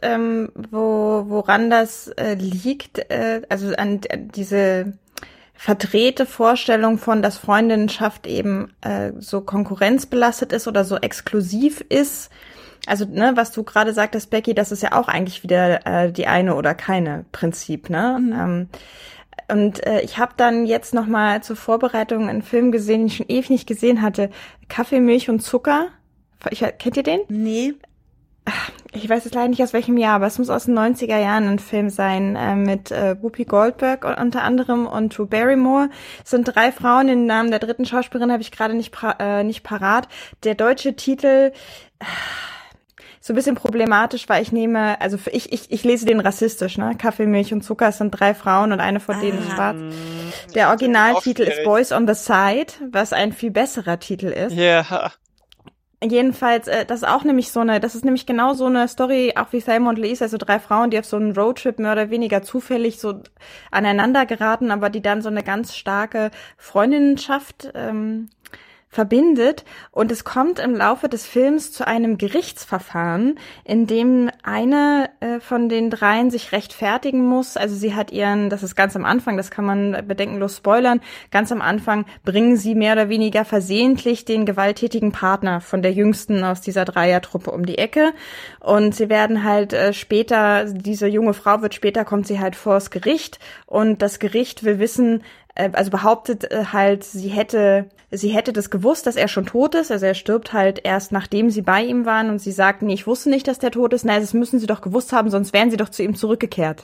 woran das liegt, also an diese verdrehte Vorstellung von, dass Freundinnenschaft eben so konkurrenzbelastet ist oder so exklusiv ist. Also, ne, was du gerade sagtest, Becky, das ist ja auch eigentlich wieder die eine oder keine Prinzip, ne? Und ich habe dann jetzt noch mal zur Vorbereitung einen Film gesehen, den ich schon ewig nicht gesehen hatte, Kaffee, Milch und Zucker. Kennt ihr den? Nee. Ich weiß jetzt leider nicht aus welchem Jahr, aber es muss aus den 90er Jahren ein Film sein, mit Whoopi Goldberg unter anderem und Drew Barrymore. Es sind 3 Frauen, den Namen der dritten Schauspielerin habe ich gerade nicht parat. Der deutsche Titel so ein bisschen problematisch, weil ich lese den rassistisch, ne? Kaffee, Milch und Zucker, es sind 3 Frauen und eine von denen ist schwarz. Der Originaltitel ist Boys on the Side, was ein viel besserer Titel ist. Ja. Yeah. Jedenfalls, das ist nämlich genau so eine Story, auch wie Thelma und Louise, also 3 Frauen, die auf so einen Roadtrip mehr oder weniger zufällig so aneinander geraten, aber die dann so eine ganz starke Freundinnenschaft verbindet, und es kommt im Laufe des Films zu einem Gerichtsverfahren, in dem eine von den 3 sich rechtfertigen muss. Also sie hat das ist ganz am Anfang, das kann man bedenkenlos spoilern, ganz am Anfang bringen sie mehr oder weniger versehentlich den gewalttätigen Partner von der Jüngsten aus dieser Dreiertruppe um die Ecke, und sie werden halt diese junge Frau kommt sie halt vors Gericht, und das Gericht will wissen, also behauptet halt, sie hätte das gewusst, dass er schon tot ist. Also er stirbt halt erst, nachdem sie bei ihm waren, und sie sagt, nee, ich wusste nicht, dass der tot ist. Nein, das müssen sie doch gewusst haben, sonst wären sie doch zu ihm zurückgekehrt.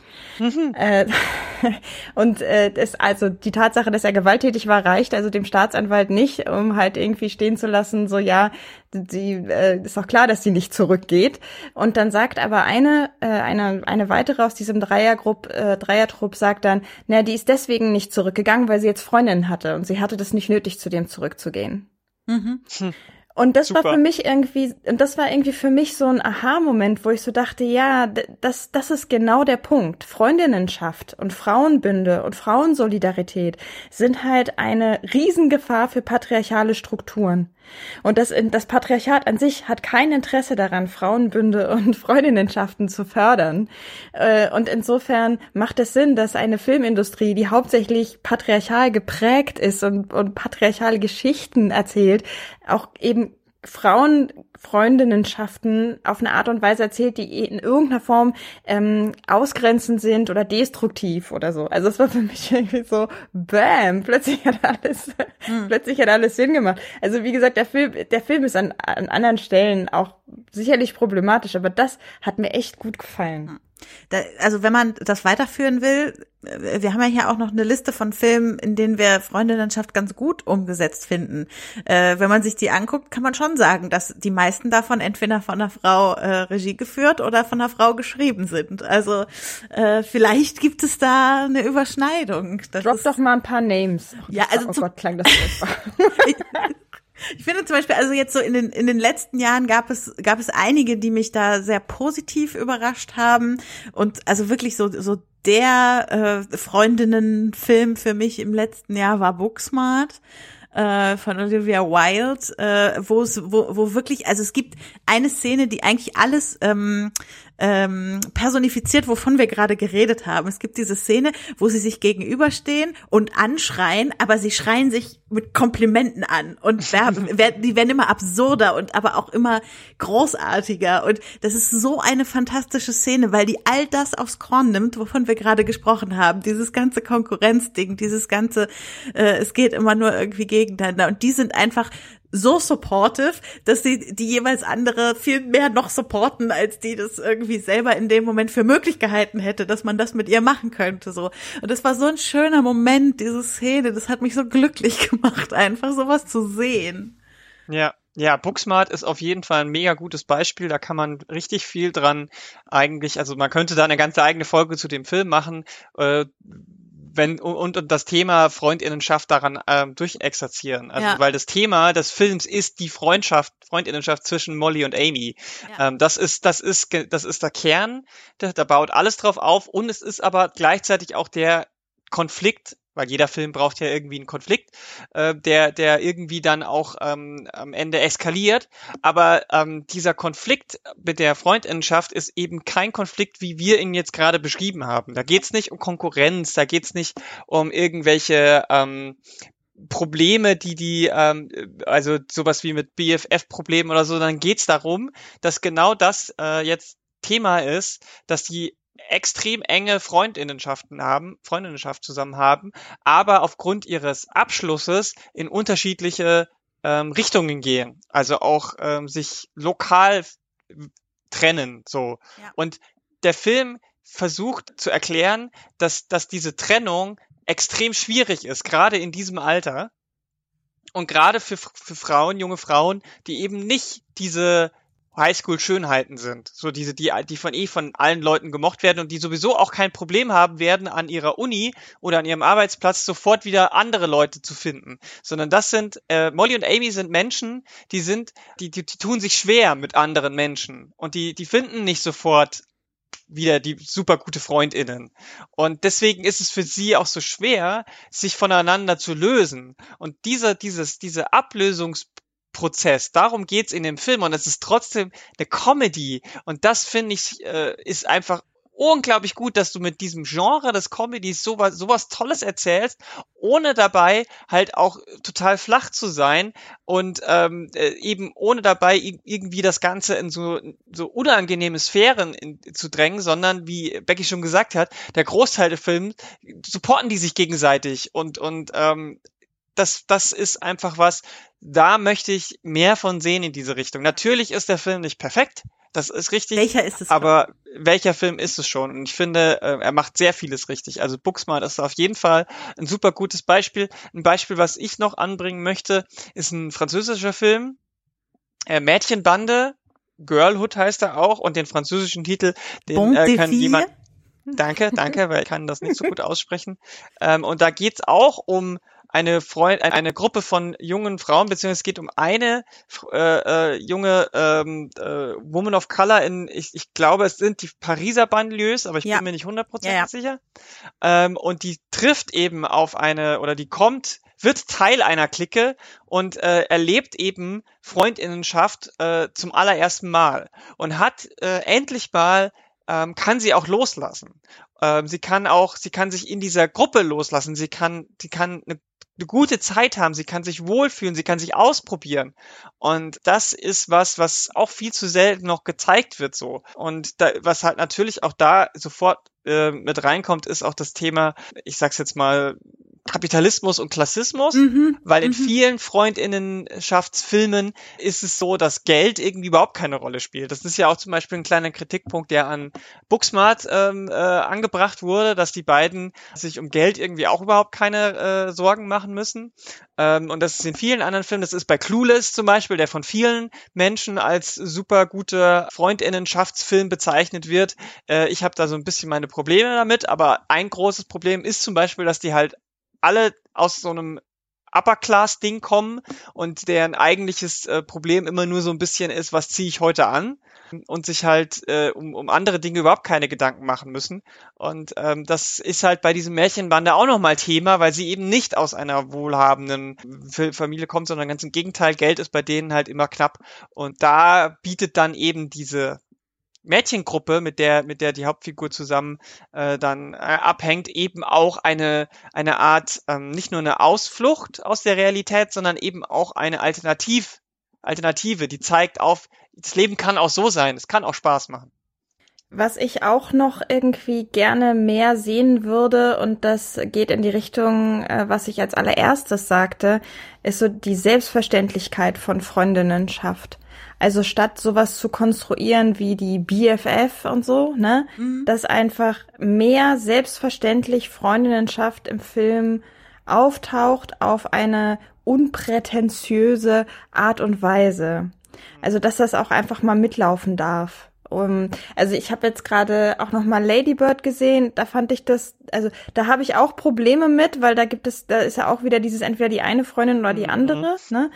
Und also die Tatsache, dass er gewalttätig war, reicht also dem Staatsanwalt nicht, um halt irgendwie stehen zu lassen, so ja, sie ist doch klar, dass sie nicht zurückgeht. Und dann sagt aber eine weitere aus diesem Dreiertrupp sagt dann, na, die ist deswegen nicht zurückgegangen, weil sie jetzt Freundinnen hatte und sie hatte das nicht nötig, zu dem zurückzugehen. Und das war für mich irgendwie für mich so ein Aha-Moment, wo ich so dachte, ja, das ist genau der Punkt. Freundinnenschaft und Frauenbünde und Frauensolidarität sind halt eine Riesengefahr für patriarchale Strukturen. Und das Patriarchat an sich hat kein Interesse daran, Frauenbünde und Freundinnenschaften zu fördern. Und insofern macht es Sinn, dass eine Filmindustrie, die hauptsächlich patriarchal geprägt ist und patriarchale Geschichten erzählt, auch eben Frauenfreundinnenschaften auf eine Art und Weise erzählt, die in irgendeiner Form ausgrenzend sind oder destruktiv oder so. Also es war für mich irgendwie so, bam, plötzlich hat alles Sinn gemacht. Also wie gesagt, der Film ist an anderen Stellen auch sicherlich problematisch, aber das hat mir echt gut gefallen. Also wenn man das weiterführen will, wir haben ja hier auch noch eine Liste von Filmen, in denen wir Freundinnenschaft ganz gut umgesetzt finden. Wenn man sich die anguckt, kann man schon sagen, dass die meisten davon entweder von einer Frau Regie geführt oder von einer Frau geschrieben sind. Also vielleicht gibt es da eine Überschneidung. Drop doch mal ein paar Names. Ja, also oh Gott, klang das furchtbar. Ich finde zum Beispiel, also jetzt so in den letzten Jahren gab es einige, die mich da sehr positiv überrascht haben, und also wirklich so der Freundinnenfilm für mich im letzten Jahr war Booksmart von Olivia Wilde, wo wirklich, also es gibt eine Szene, die eigentlich alles personifiziert, wovon wir gerade geredet haben. Es gibt diese Szene, wo sie sich gegenüberstehen und anschreien, aber sie schreien sich mit Komplimenten an und die werden immer absurder und aber auch immer großartiger, und das ist so eine fantastische Szene, weil die all das aufs Korn nimmt, wovon wir gerade gesprochen haben. Dieses ganze Konkurrenzding, dieses ganze, es geht immer nur irgendwie gegeneinander, und die sind einfach so supportive, dass sie die jeweils andere viel mehr noch supporten, als die das irgendwie selber in dem Moment für möglich gehalten hätte, dass man das mit ihr machen könnte, so. Und das war so ein schöner Moment, diese Szene, das hat mich so glücklich gemacht, einfach sowas zu sehen. Ja, Booksmart ist auf jeden Fall ein mega gutes Beispiel, da kann man richtig viel dran eigentlich, also man könnte da eine ganze eigene Folge zu dem Film machen, und das Thema Freundinnenschaft daran durchexerzieren. Also weil das Thema des Films ist die Freundinnenschaft zwischen Molly und Amy. Ja. Das ist der Kern, da baut alles drauf auf, und es ist aber gleichzeitig auch der Konflikt, weil jeder Film braucht ja irgendwie einen Konflikt, der irgendwie dann auch am Ende eskaliert. Aber dieser Konflikt mit der Freundinnenschaft ist eben kein Konflikt, wie wir ihn jetzt gerade beschrieben haben. Da geht's nicht um Konkurrenz, da geht's nicht um irgendwelche Probleme, also sowas wie mit BFF-Problemen oder so. Dann geht's darum, dass genau das jetzt Thema ist, dass die extrem enge Freundinnenschaft zusammen haben, aber aufgrund ihres Abschlusses in unterschiedliche Richtungen gehen, also auch sich lokal trennen, so. Ja. Und der Film versucht zu erklären, dass diese Trennung extrem schwierig ist, gerade in diesem Alter, und gerade für Frauen, junge Frauen, die eben nicht diese Highschool-Schönheiten sind, so die von allen Leuten gemocht werden und die sowieso auch kein Problem haben werden, an ihrer Uni oder an ihrem Arbeitsplatz sofort wieder andere Leute zu finden, sondern das sind, Molly und Amy sind Menschen, die tun sich schwer mit anderen Menschen, und die finden nicht sofort wieder die super gute FreundInnen. Und deswegen ist es für sie auch so schwer, sich voneinander zu lösen. Und diese Ablösungsprozess, darum geht's in dem Film, und es ist trotzdem eine Comedy, und das finde ich ist einfach unglaublich gut, dass du mit diesem Genre des Comedies sowas Tolles erzählst, ohne dabei halt auch total flach zu sein und eben ohne dabei irgendwie das Ganze in so unangenehme Sphären zu drängen, sondern wie Becky schon gesagt hat, der Großteil der Filme supporten die sich gegenseitig und das ist einfach was, da möchte ich mehr von sehen in diese Richtung. Natürlich ist der Film nicht perfekt, das ist richtig. Welcher ist es? Aber welcher Film ist es schon? Und ich finde, er macht sehr vieles richtig. Also Booksmart ist auf jeden Fall ein super gutes Beispiel. Ein Beispiel, was ich noch anbringen möchte, ist ein französischer Film, Mädchenbande, Girlhood heißt er auch, und den französischen Titel, den kann jemand... Danke, weil ich kann das nicht so gut aussprechen. Und da geht's auch um eine Gruppe von jungen Frauen, beziehungsweise es geht um eine junge Woman of Color ich glaube, es sind die Pariser Banlieues, aber ich bin mir nicht 100% sicher. Und die trifft eben auf wird Teil einer Clique und erlebt eben Freundinnenschaft zum allerersten Mal und hat endlich mal kann sie auch loslassen. Sie kann sich in dieser Gruppe loslassen. Sie kann eine gute Zeit haben. Sie kann sich wohlfühlen. Sie kann sich ausprobieren. Und das ist was auch viel zu selten noch gezeigt wird so. Und was halt natürlich auch da sofort mit reinkommt, ist auch das Thema, ich sag's jetzt mal, Kapitalismus und Klassismus, weil in vielen Freundinnenschaftsfilmen ist es so, dass Geld irgendwie überhaupt keine Rolle spielt. Das ist ja auch zum Beispiel ein kleiner Kritikpunkt, der an Booksmart angebracht wurde, dass die beiden sich um Geld irgendwie auch überhaupt keine Sorgen machen müssen. Und das ist in vielen anderen Filmen, das ist bei Clueless zum Beispiel, der von vielen Menschen als super guter Freundinnenschaftsfilm bezeichnet wird. Ich habe da so ein bisschen meine Probleme damit, aber ein großes Problem ist zum Beispiel, dass die halt alle aus so einem Upper-Class-Ding kommen und deren eigentliches Problem immer nur so ein bisschen ist, was ziehe ich heute an, und sich halt um andere Dinge überhaupt keine Gedanken machen müssen. Und das ist halt bei diesem Märchenbande auch nochmal Thema, weil sie eben nicht aus einer wohlhabenden Familie kommt, sondern ganz im Gegenteil, Geld ist bei denen halt immer knapp. Und da bietet dann eben diese Mädchengruppe, mit der die Hauptfigur zusammen dann abhängt, eben auch eine Art, nicht nur eine Ausflucht aus der Realität, sondern eben auch eine Alternative, die zeigt auf, das Leben kann auch so sein, es kann auch Spaß machen. Was ich auch noch irgendwie gerne mehr sehen würde, und das geht in die Richtung, was ich als allererstes sagte, ist so die Selbstverständlichkeit von Freundinnenschaft. Also statt sowas zu konstruieren wie die BFF und so, ne, dass einfach mehr selbstverständlich Freundinnenschaft im Film auftaucht auf eine unprätentiöse Art und Weise. Also dass das auch einfach mal mitlaufen darf. Also ich habe jetzt gerade auch noch mal Lady Bird gesehen, da fand ich das, also da habe ich auch Probleme mit, weil da ist ja auch wieder dieses entweder die eine Freundin oder die andere, ne?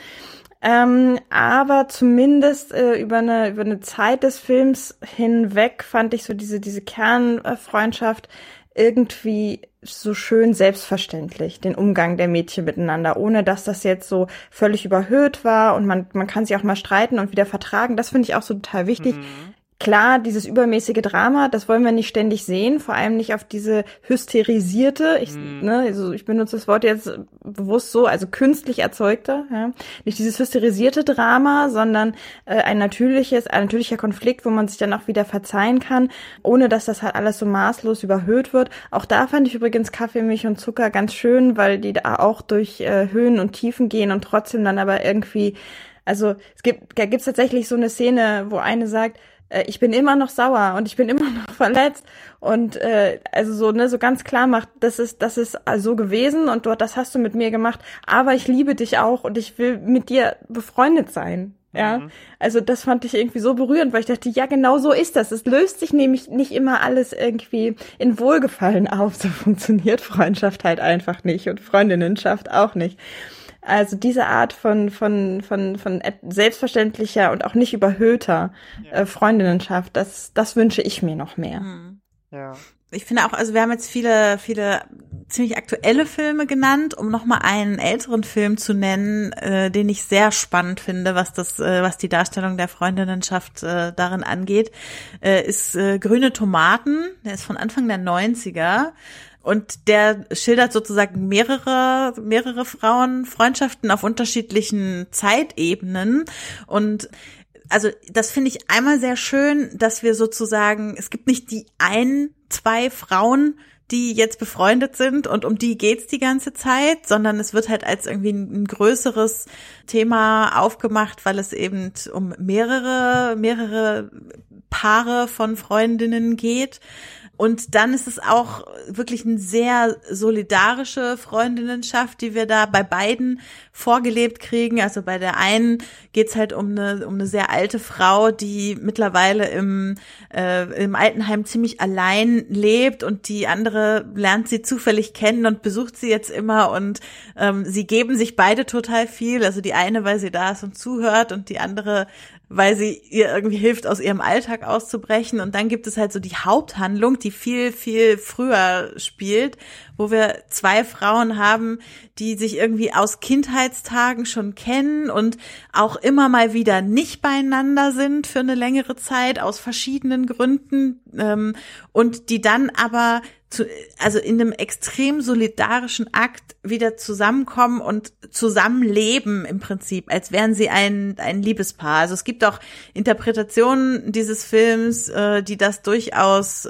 Aber zumindest über eine Zeit des Films hinweg fand ich so diese Kernfreundschaft irgendwie so schön selbstverständlich, den Umgang der Mädchen miteinander, ohne dass das jetzt so völlig überhöht war, und man kann sich auch mal streiten und wieder vertragen. Das finde ich auch so total wichtig. Klar, dieses übermäßige Drama, das wollen wir nicht ständig sehen, vor allem nicht auf diese hysterisierte, ich benutze das Wort jetzt bewusst so, also künstlich erzeugte, ja. Nicht dieses hysterisierte Drama, sondern ein natürlicher Konflikt, wo man sich dann auch wieder verzeihen kann, ohne dass das halt alles so maßlos überhöht wird. Auch da fand ich übrigens Kaffee, Milch und Zucker ganz schön, weil die da auch durch Höhen und Tiefen gehen und trotzdem dann aber irgendwie, also da gibt's tatsächlich so eine Szene, wo eine sagt, ich bin immer noch sauer und ich bin immer noch verletzt, und also so ganz klar macht, das ist so gewesen und das hast du mit mir gemacht, aber ich liebe dich auch und ich will mit dir befreundet sein. Ja, also das fand ich irgendwie so berührend, weil ich dachte, ja, genau so ist das. Es löst sich nämlich nicht immer alles irgendwie in Wohlgefallen auf. So funktioniert Freundschaft halt einfach nicht und Freundinnenschaft auch nicht. Also diese Art von selbstverständlicher und auch nicht überhöhter Freundinnenschaft, das wünsche ich mir noch mehr. Ja. Ich finde auch, also wir haben jetzt viele ziemlich aktuelle Filme genannt, um nochmal einen älteren Film zu nennen, den ich sehr spannend finde, was die Darstellung der Freundinnenschaft darin angeht, ist Grüne Tomaten. Der ist von Anfang der 90er. Und der schildert sozusagen mehrere Frauenfreundschaften auf unterschiedlichen Zeitebenen. Und also das finde ich einmal sehr schön, dass wir sozusagen, es gibt nicht die zwei Frauen, die jetzt befreundet sind und um die geht's die ganze Zeit, sondern es wird halt als irgendwie ein größeres Thema aufgemacht, weil es eben um mehrere Paare von Freundinnen geht. Und dann ist es auch wirklich eine sehr solidarische Freundinnenschaft, die wir da bei beiden vorgelebt kriegen. Also bei der einen geht's halt um eine sehr alte Frau, die mittlerweile im Altenheim ziemlich allein lebt, und die andere lernt sie zufällig kennen und besucht sie jetzt immer, und sie geben sich beide total viel. Also die eine, weil sie da ist und zuhört, und die andere, weil sie ihr irgendwie hilft, aus ihrem Alltag auszubrechen. Und dann gibt es halt so die Haupthandlung, die viel, viel früher spielt, wo wir zwei Frauen haben, die sich irgendwie aus Kindheitstagen schon kennen und auch immer mal wieder nicht beieinander sind für eine längere Zeit, aus verschiedenen Gründen, und die dann aber also in einem extrem solidarischen Akt wieder zusammenkommen und zusammenleben im Prinzip, als wären sie ein Liebespaar. Also es gibt auch Interpretationen dieses Films, die das durchaus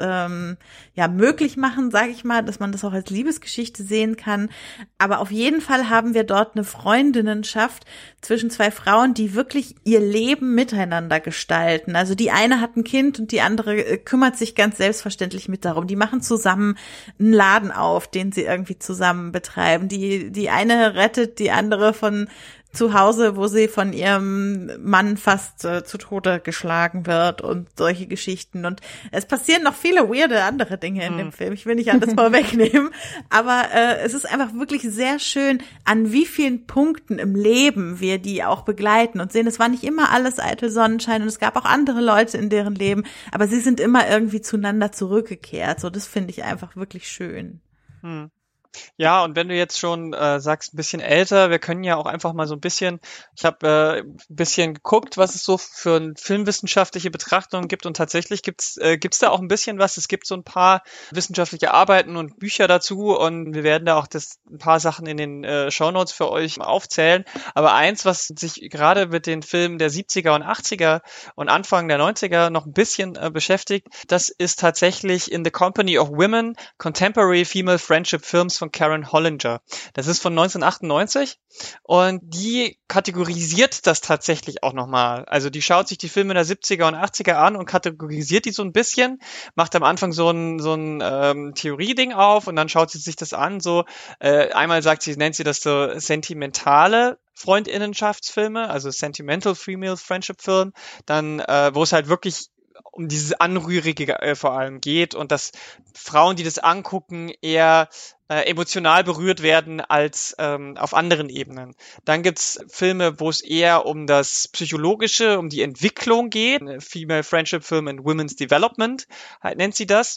möglich machen, sage ich mal, dass man das auch als Liebesgeschichte sehen kann. Aber auf jeden Fall haben wir dort eine Freundinnenschaft zwischen zwei Frauen, die wirklich ihr Leben miteinander gestalten. Also die eine hat ein Kind und die andere kümmert sich ganz selbstverständlich mit darum. Die machen zusammen einen Laden auf, den sie irgendwie zusammen betreiben. Die eine rettet die andere von zu Hause, wo sie von ihrem Mann fast zu Tode geschlagen wird, und solche Geschichten. Und es passieren noch viele weirde andere Dinge in dem Film. Ich will nicht alles vorwegnehmen, aber es ist einfach wirklich sehr schön, an wie vielen Punkten im Leben wir die auch begleiten und sehen, es war nicht immer alles eitel Sonnenschein, und es gab auch andere Leute in deren Leben, aber sie sind immer irgendwie zueinander zurückgekehrt. So, das finde ich einfach wirklich schön. Ja, und wenn du jetzt schon sagst, ein bisschen älter, wir können ja auch einfach mal so ein bisschen, ich habe ein bisschen geguckt, was es so für eine filmwissenschaftliche Betrachtungen gibt, und tatsächlich gibt's da auch ein bisschen was. Es gibt so ein paar wissenschaftliche Arbeiten und Bücher dazu, und wir werden da auch ein paar Sachen in den Shownotes für euch aufzählen. Aber eins, was sich gerade mit den Filmen der 70er und 80er und Anfang der 90er noch ein bisschen beschäftigt, das ist tatsächlich In the Company of Women, Contemporary Female Friendship Films von Karen Hollinger. Das ist von 1998, und die kategorisiert das tatsächlich auch nochmal. Also die schaut sich die Filme der 70er und 80er an und kategorisiert die so ein bisschen, macht am Anfang so ein Theorie-Ding auf, und dann schaut sie sich das an. So einmal nennt sie das so sentimentale Freundinnenschaftsfilme, also Sentimental Female Friendship Film, dann wo es halt wirklich um dieses Anrührige vor allem geht, und dass Frauen, die das angucken, eher emotional berührt werden als auf anderen Ebenen. Dann gibt's Filme, wo es eher um das Psychologische, um die Entwicklung geht. Female Friendship Film and Women's Development nennt sie das.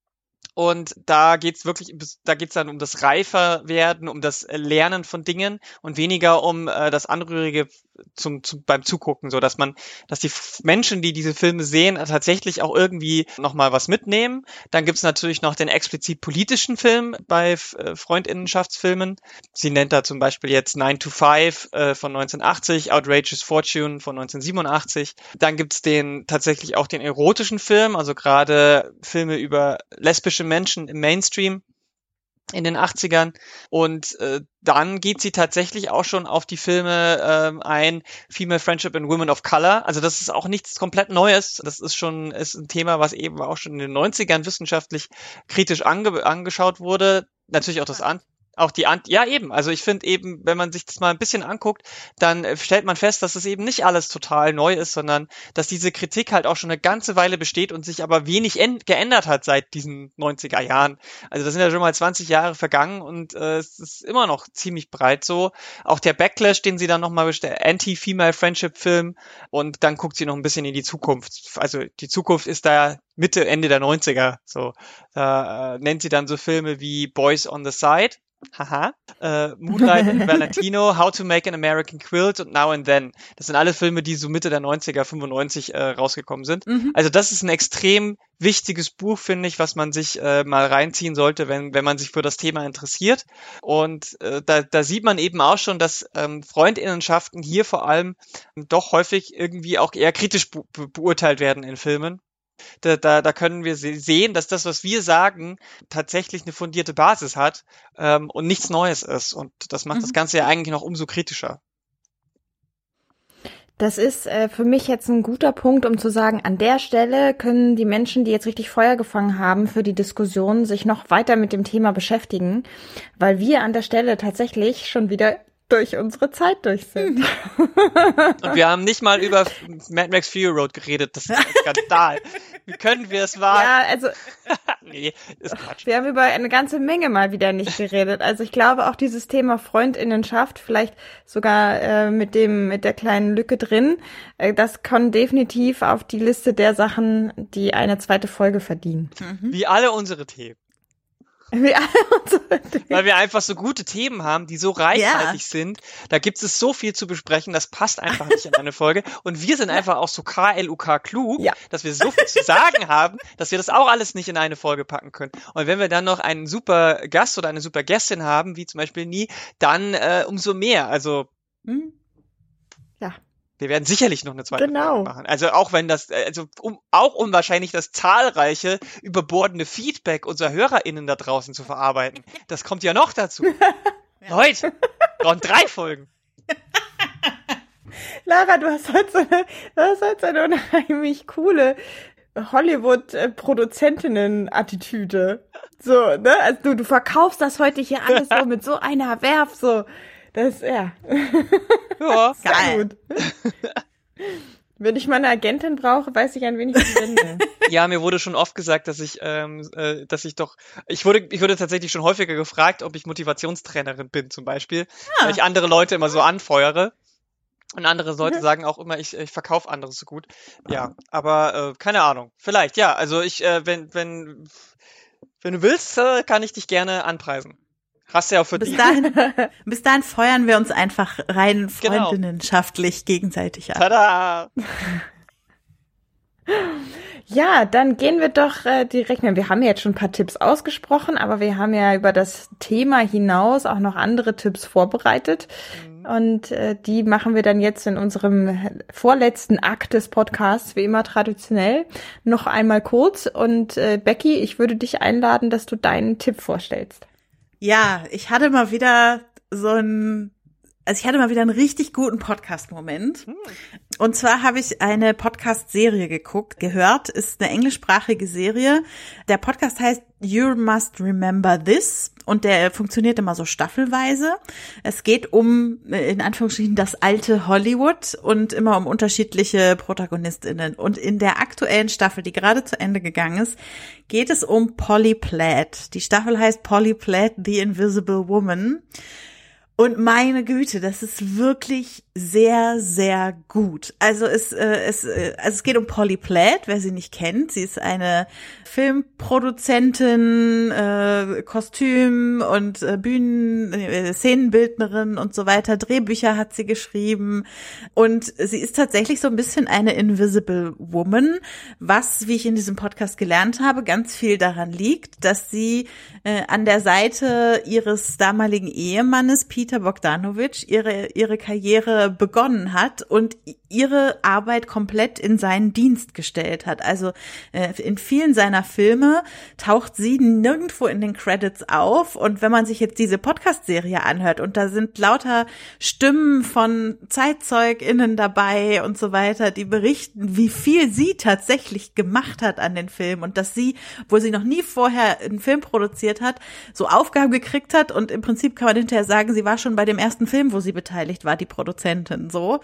Und da geht's dann um das Reiferwerden, um das Lernen von Dingen und weniger um das Anrührige beim Zugucken, so dass die Menschen, die diese Filme sehen, tatsächlich auch irgendwie nochmal was mitnehmen. Dann gibt's natürlich noch den explizit politischen Film bei Freundinnenschaftsfilmen. Sie nennt da zum Beispiel jetzt 9 to 5 von 1980, Outrageous Fortune von 1987. Dann gibt's tatsächlich auch den erotischen Film, also gerade Filme über lesbische Menschen im Mainstream in den 80ern, und dann geht sie tatsächlich auch schon auf die Filme ein, Female Friendship and Women of Color. Also das ist auch nichts komplett Neues. Das ist ein Thema, was eben auch schon in den 90ern wissenschaftlich kritisch angeschaut wurde. Natürlich auch Auch ja eben, also ich finde eben, wenn man sich das mal ein bisschen anguckt, dann stellt man fest, dass es eben nicht alles total neu ist, sondern dass diese Kritik halt auch schon eine ganze Weile besteht und sich aber wenig geändert hat seit diesen 90er Jahren. Also das sind ja schon mal 20 Jahre vergangen und es ist immer noch ziemlich breit so. Auch der Backlash, den sie dann nochmal Anti-Female-Friendship-Film, und dann guckt sie noch ein bisschen in die Zukunft. Also die Zukunft ist da Mitte, Ende der 90er. So, da nennt sie dann so Filme wie Boys on the Side. Haha. Moonlight and Valentino, How to Make an American Quilt und Now and Then. Das sind alle Filme, die so Mitte der 90er, 95 rausgekommen sind. Also das ist ein extrem wichtiges Buch, finde ich, was man sich mal reinziehen sollte, wenn man sich für das Thema interessiert. Und da sieht man eben auch schon, dass Freundinnenschaften hier vor allem doch häufig irgendwie auch eher kritisch beurteilt werden in Filmen. Da können wir sehen, dass das, was wir sagen, tatsächlich eine fundierte Basis hat und nichts Neues ist. Und das macht das Ganze ja eigentlich noch umso kritischer. Das ist für mich jetzt ein guter Punkt, um zu sagen, an der Stelle können die Menschen, die jetzt richtig Feuer gefangen haben für die Diskussion, sich noch weiter mit dem Thema beschäftigen, weil wir an der Stelle tatsächlich schon wieder durch unsere Zeit durch sind. Und wir haben nicht mal über Mad Max Fury Road geredet. Das ist ein Skandal. Wie können wir es wagen? Ja, also nee, ist Quatsch. Wir haben über eine ganze Menge mal wieder nicht geredet. Also ich glaube auch dieses Thema Freundinnenschaft, vielleicht sogar mit der kleinen Lücke drin, das kann definitiv auf die Liste der Sachen, die eine zweite Folge verdienen. Wie alle unsere Themen. Weil wir einfach so gute Themen haben, die so reichhaltig sind. Da gibt es so viel zu besprechen, das passt einfach nicht in eine Folge. Und wir sind einfach auch so KLUK klug, dass wir so viel zu sagen haben, dass wir das auch alles nicht in eine Folge packen können. Und wenn wir dann noch einen super Gast oder eine super Gästin haben, wie zum Beispiel Nie, dann umso mehr. Also wir werden sicherlich noch eine zweite Folge machen. Also auch wenn das, um wahrscheinlich das zahlreiche, überbordende Feedback unserer HörerInnen da draußen zu verarbeiten. Das kommt ja noch dazu. Leute, noch 3 Folgen. Lara, du hast heute so eine unheimlich coole Hollywood-Produzentinnen-Attitüde. So, ne? Also du verkaufst das heute hier alles so mit so einer Werf, so. Das, ja. Ja, sehr gut. Wenn ich mal eine Agentin brauche, weiß ich, an wen ich sie wende. Ja, mir wurde schon oft gesagt, dass ich wurde tatsächlich schon häufiger gefragt, ob ich Motivationstrainerin bin, zum Beispiel, weil ich andere Leute immer so anfeuere. Und andere Leute sagen auch immer, ich verkaufe andere so gut. Ja, aber keine Ahnung. Vielleicht, ja. Also wenn du willst, kann ich dich gerne anpreisen. Hast du ja auch verdient. Bis dahin feuern wir uns einfach rein freundinnenschaftlich gegenseitig an. Tada! Ja, dann gehen wir doch direkt. Wir haben ja jetzt schon ein paar Tipps ausgesprochen, aber wir haben ja über das Thema hinaus auch noch andere Tipps vorbereitet. Und die machen wir dann jetzt in unserem vorletzten Akt des Podcasts, wie immer traditionell, noch einmal kurz. Und Becky, ich würde dich einladen, dass du deinen Tipp vorstellst. Ja, ich hatte mal wieder einen richtig guten Podcast-Moment. Und zwar habe ich eine Podcast-Serie gehört, ist eine englischsprachige Serie. Der Podcast heißt You Must Remember This und der funktioniert immer so staffelweise. Es geht um, in Anführungsstrichen, das alte Hollywood und immer um unterschiedliche ProtagonistInnen. Und in der aktuellen Staffel, die gerade zu Ende gegangen ist, geht es um Polly Platt. Die Staffel heißt Polly Platt, The Invisible Woman. Und meine Güte, das ist wirklich sehr, sehr gut. Also es geht um Polly Platt, wer sie nicht kennt. Sie ist eine Filmproduzentin, Kostüm- und Szenenbildnerin und so weiter. Drehbücher hat sie geschrieben. Und sie ist tatsächlich so ein bisschen eine Invisible Woman, was, wie ich in diesem Podcast gelernt habe, ganz viel daran liegt, dass sie an der Seite ihres damaligen Ehemannes Peter Bogdanovich ihre Karriere begonnen hat und ihre Arbeit komplett in seinen Dienst gestellt hat. Also in vielen seiner Filme taucht sie nirgendwo in den Credits auf. Und wenn man sich jetzt diese Podcast-Serie anhört und da sind lauter Stimmen von ZeitzeugInnen dabei und so weiter, die berichten, wie viel sie tatsächlich gemacht hat an den Filmen und dass sie, wo sie noch nie vorher einen Film produziert hat, so Aufgaben gekriegt hat und im Prinzip kann man hinterher sagen, sie war schon bei dem ersten Film, wo sie beteiligt war, die Produzentin, so.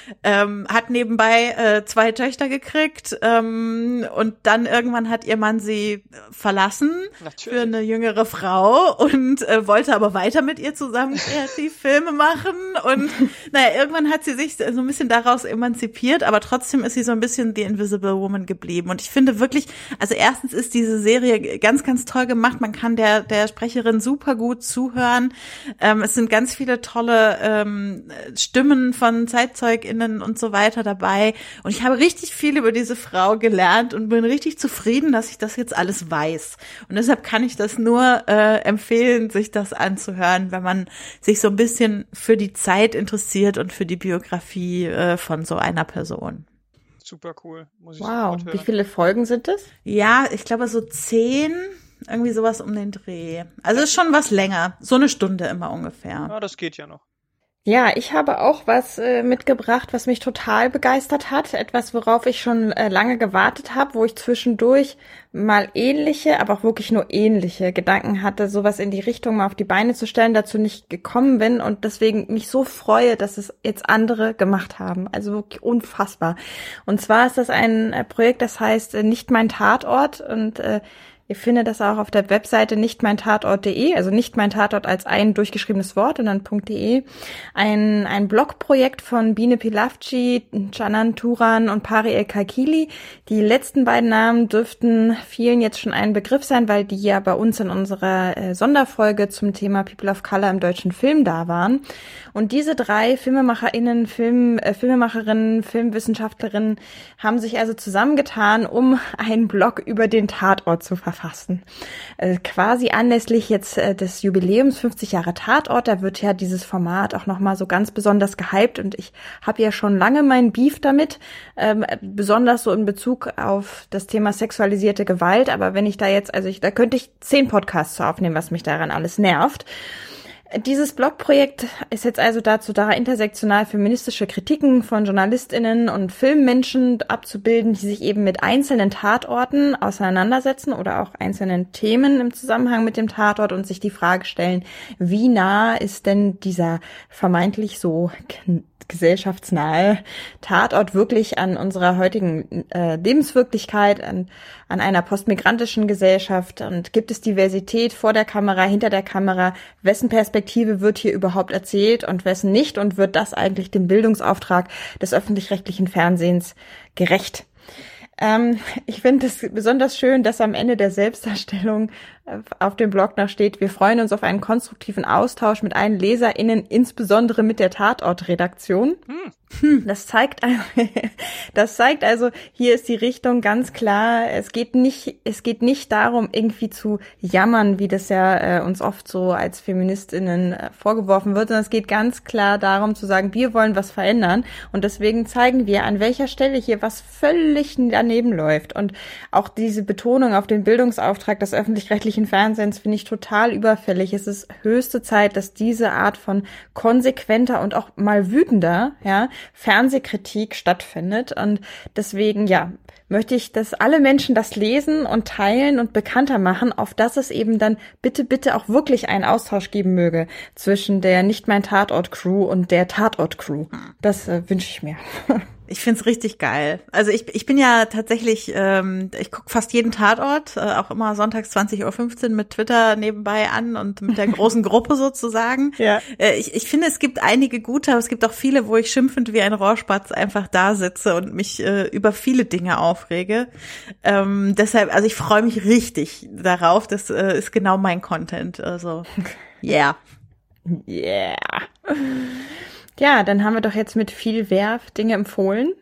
Hat nebenbei 2 Töchter gekriegt und dann irgendwann hat ihr Mann sie verlassen. Natürlich. Für eine jüngere Frau und wollte aber weiter mit ihr zusammen Kreativfilme machen und naja, irgendwann hat sie sich so ein bisschen daraus emanzipiert, aber trotzdem ist sie so ein bisschen The Invisible Woman geblieben und ich finde wirklich, also erstens ist diese Serie ganz, ganz toll gemacht, man kann der Sprecherin super gut zuhören, es sind ganz viele tolle Stimmen von ZeitzeugInnen und so weiter dabei und ich habe richtig viel über diese Frau gelernt und bin richtig zufrieden, dass ich das jetzt alles weiß und deshalb kann ich das nur empfehlen, sich das anzuhören, wenn man sich so ein bisschen für die Zeit interessiert und für die Biografie von so einer Person. Super cool. Muss ich wow, wie viele Folgen sind das? Ja, ich glaube so 10, irgendwie sowas um den Dreh. Also ist schon was länger, so eine Stunde immer ungefähr. Ja, das geht ja noch. Ja, ich habe auch was mitgebracht, was mich total begeistert hat. Etwas, worauf ich schon lange gewartet habe, wo ich zwischendurch mal ähnliche, aber auch wirklich nur ähnliche Gedanken hatte, sowas in die Richtung mal auf die Beine zu stellen, dazu nicht gekommen bin und deswegen mich so freue, dass es jetzt andere gemacht haben. Also wirklich unfassbar. Und zwar ist das ein Projekt, das heißt Nicht mein Tatort und ihr findet das auch auf der Webseite nichtmeintatort.de, also nicht mein Tatort als ein durchgeschriebenes Wort und dann .de. Ein Blogprojekt von Bine Pilavci, Canan Turan und Pari El-Kalkili. Die letzten beiden Namen dürften vielen jetzt schon ein Begriff sein, weil die ja bei uns in unserer Sonderfolge zum Thema People of Color im deutschen Film da waren. Und diese 3 FilmemacherInnen, Filmemacherinnen, Filmwissenschaftlerinnen haben sich also zusammengetan, um einen Blog über den Tatort zu verfassen. Quasi anlässlich jetzt des Jubiläums 50 Jahre Tatort, da wird ja dieses Format auch nochmal so ganz besonders gehypt und ich habe ja schon lange meinen Beef damit, besonders so in Bezug auf das Thema sexualisierte Gewalt, aber wenn ich da jetzt, da könnte ich 10 Podcasts zu aufnehmen, was mich daran alles nervt. Dieses Blogprojekt ist jetzt also dazu da, intersektional feministische Kritiken von JournalistInnen und Filmmenschen abzubilden, die sich eben mit einzelnen Tatorten auseinandersetzen oder auch einzelnen Themen im Zusammenhang mit dem Tatort und sich die Frage stellen, wie nah ist denn dieser vermeintlich so gesellschaftsnahe Tatort wirklich an unserer heutigen Lebenswirklichkeit, an einer postmigrantischen Gesellschaft und gibt es Diversität vor der Kamera, hinter der Kamera, wessen Perspektive wird hier überhaupt erzählt und wessen nicht und wird das eigentlich dem Bildungsauftrag des öffentlich-rechtlichen Fernsehens gerecht? Ich finde es besonders schön, dass am Ende der Selbstdarstellung auf dem Blog noch steht, wir freuen uns auf einen konstruktiven Austausch mit allen LeserInnen, insbesondere mit der Tatort-Redaktion. Das zeigt also, hier ist die Richtung ganz klar. Es geht nicht darum, irgendwie zu jammern, wie das ja uns oft so als FeministInnen vorgeworfen wird, sondern es geht ganz klar darum zu sagen, wir wollen was verändern und deswegen zeigen wir, an welcher Stelle hier was völlig daneben läuft und auch diese Betonung auf den Bildungsauftrag des öffentlich-rechtlichen Fernsehens finde ich total überfällig. Es ist höchste Zeit, dass diese Art von konsequenter und auch mal wütender, Fernsehkritik stattfindet und deswegen, möchte ich, dass alle Menschen das lesen und teilen und bekannter machen, auf dass es eben dann bitte auch wirklich einen Austausch geben möge zwischen der Nicht mein Tatort Crew und der Tatort Crew. Das wünsche ich mir. Ich find's richtig geil. Also ich bin ja tatsächlich, ich gucke fast jeden Tatort, auch immer sonntags 20:15 Uhr mit Twitter nebenbei an und mit der großen Gruppe sozusagen. Ja. Ich finde, es gibt einige gute, aber es gibt auch viele, wo ich schimpfend wie ein Rohrspatz einfach da sitze und mich über viele Dinge aufrege. Deshalb, also ich freue mich richtig darauf. Das ist genau mein Content. Also, yeah. Yeah. Ja, dann haben wir doch jetzt mit viel Werf Dinge empfohlen.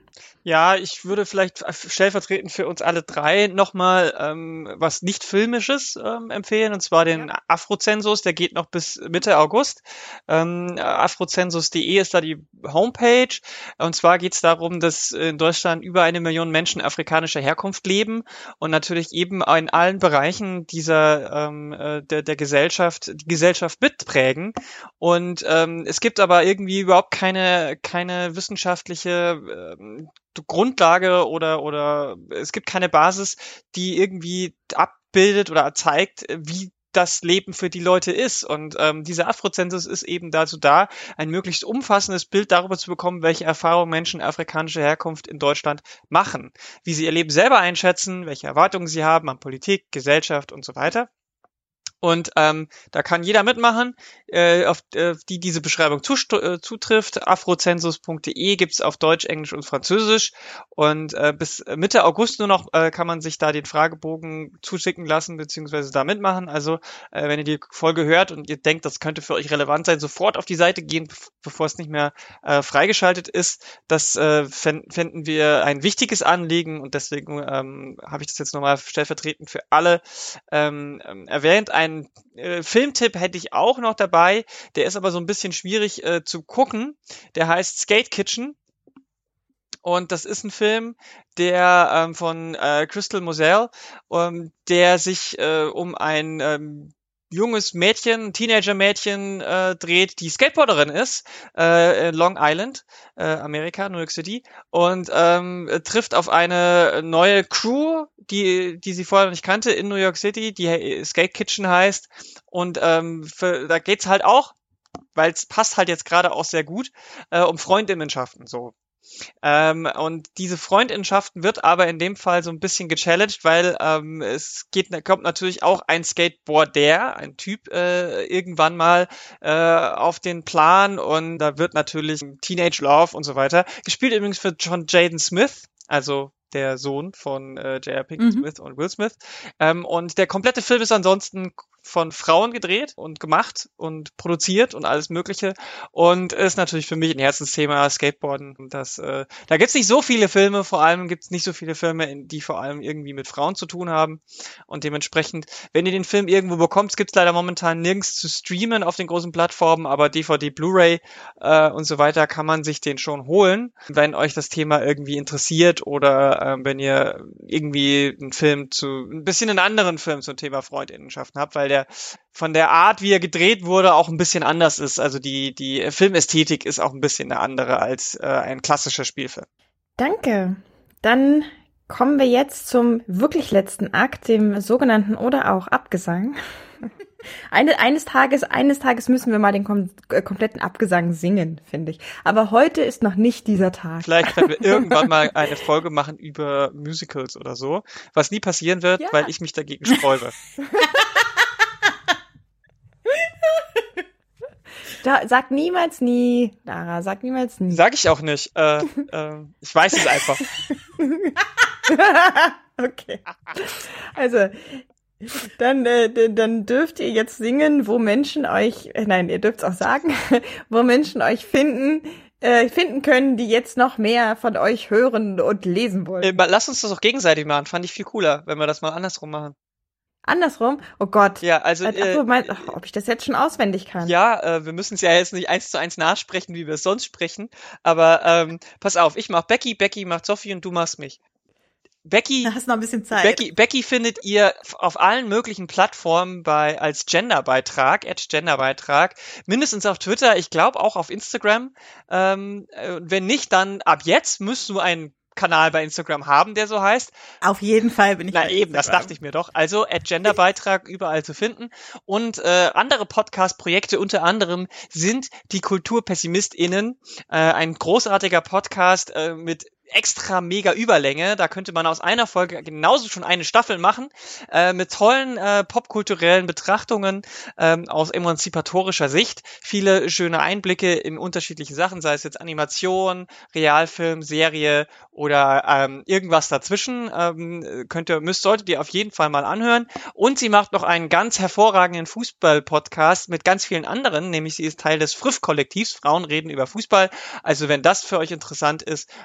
Ja, ich würde vielleicht stellvertretend für uns alle drei nochmal was nicht Filmisches empfehlen, und zwar den Afrozensus, der geht noch bis Mitte August. Afrozensus.de ist da die Homepage, und zwar geht es darum, dass in Deutschland über 1 Million Menschen afrikanischer Herkunft leben und natürlich eben in allen Bereichen dieser der Gesellschaft, die Gesellschaft mitprägen. Und es gibt aber irgendwie überhaupt keine wissenschaftliche Grundlage oder es gibt keine Basis, die irgendwie abbildet oder zeigt, wie das Leben für die Leute ist. Und dieser Afrozensus ist eben dazu da, ein möglichst umfassendes Bild darüber zu bekommen, welche Erfahrungen Menschen afrikanischer Herkunft in Deutschland machen, wie sie ihr Leben selber einschätzen, welche Erwartungen sie haben an Politik, Gesellschaft und so weiter. Und da kann jeder mitmachen, auf die diese Beschreibung zutrifft. Afrozensus.de gibt's auf Deutsch, Englisch und Französisch. Und bis Mitte August nur noch kann man sich da den Fragebogen zuschicken lassen, beziehungsweise da mitmachen. Also wenn ihr die Folge hört und ihr denkt, das könnte für euch relevant sein, sofort auf die Seite gehen, bevor es nicht mehr freigeschaltet ist. Das fänden wir ein wichtiges Anliegen, und deswegen habe ich das jetzt nochmal stellvertretend für alle erwähnt. Ein Filmtipp hätte ich auch noch dabei, der ist aber so ein bisschen schwierig zu gucken. Der heißt Skate Kitchen. Und das ist ein Film, der von Crystal Moselle, der sich um ein junges Mädchen, Teenager-Mädchen dreht, die Skateboarderin ist, in Long Island, Amerika, New York City, und trifft auf eine neue Crew, die sie vorher noch nicht kannte, in New York City, die Skate Kitchen heißt. Und da geht's halt auch, weil es passt halt jetzt gerade auch sehr gut, um Freundinnenschaften so. Und diese Freundschaften wird aber in dem Fall so ein bisschen gechallenged, weil kommt natürlich auch ein Skateboarder, ein Typ, irgendwann mal auf den Plan, und da wird natürlich Teenage Love und so weiter. Gespielt übrigens für John Jaden Smith, also der Sohn von J.R. Pinkett Smith und Will Smith. Und der komplette Film ist ansonsten von Frauen gedreht und gemacht und produziert und alles Mögliche, und ist natürlich für mich ein Herzensthema, Skateboarden. Und da gibt's nicht so viele Filme, vor allem gibt's nicht so viele Filme, die vor allem irgendwie mit Frauen zu tun haben, und dementsprechend, wenn ihr den Film irgendwo bekommt, gibt's leider momentan nirgends zu streamen auf den großen Plattformen, aber DVD, Blu-ray und so weiter kann man sich den schon holen, wenn euch das Thema irgendwie interessiert, oder wenn ihr irgendwie ein bisschen einen anderen Film zum Thema Freundinnenschaften habt, weil der von der Art, wie er gedreht wurde, auch ein bisschen anders ist. Also die Filmästhetik ist auch ein bisschen eine andere als ein klassischer Spielfilm. Danke. Dann kommen wir jetzt zum wirklich letzten Akt, dem sogenannten oder auch Abgesang. Eines Tages müssen wir mal den kompletten Abgesang singen, finde ich. Aber heute ist noch nicht dieser Tag. Vielleicht werden wir irgendwann mal eine Folge machen über Musicals oder so, was nie passieren wird, weil ich mich dagegen sträube. Sag niemals nie, Lara, sag niemals nie. Sag ich auch nicht. Ich weiß es einfach. Okay. Also, dann dürft ihr jetzt singen, wo Menschen euch, nein, ihr dürft es auch sagen, wo Menschen euch finden können, die jetzt noch mehr von euch hören und lesen wollen. Lass uns das auch gegenseitig machen. Fand ich viel cooler, wenn wir das mal andersrum machen. Andersrum? Oh Gott. Ja, also ob ich das jetzt schon auswendig kann. Ja, wir müssen es ja jetzt nicht 1:1 nachsprechen, wie wir es sonst sprechen. Aber pass auf, ich mach Becky macht Sophie und du machst mich. Becky, da hast du noch ein bisschen Zeit. Becky findet ihr auf allen möglichen Plattformen als Genderbeitrag, @Genderbeitrag, mindestens auf Twitter, ich glaube auch auf Instagram. Wenn nicht, dann ab jetzt müsst du einen Kanal bei Instagram haben, der so heißt. Auf jeden Fall bin ich bei eben, Instagram. Das dachte ich mir doch. Also @Genderbeitrag überall zu finden. Und andere Podcast-Projekte unter anderem sind die KulturpessimistInnen, ein großartiger Podcast mit extra mega Überlänge. Da könnte man aus einer Folge genauso schon eine Staffel machen, mit tollen popkulturellen Betrachtungen aus emanzipatorischer Sicht. Viele schöne Einblicke in unterschiedliche Sachen, sei es jetzt Animation, Realfilm, Serie oder irgendwas dazwischen. Solltet ihr auf jeden Fall mal anhören. Und sie macht noch einen ganz hervorragenden Fußball-Podcast mit ganz vielen anderen, nämlich sie ist Teil des Früff-Kollektivs. Frauen reden über Fußball. Also wenn das für euch interessant ist, dann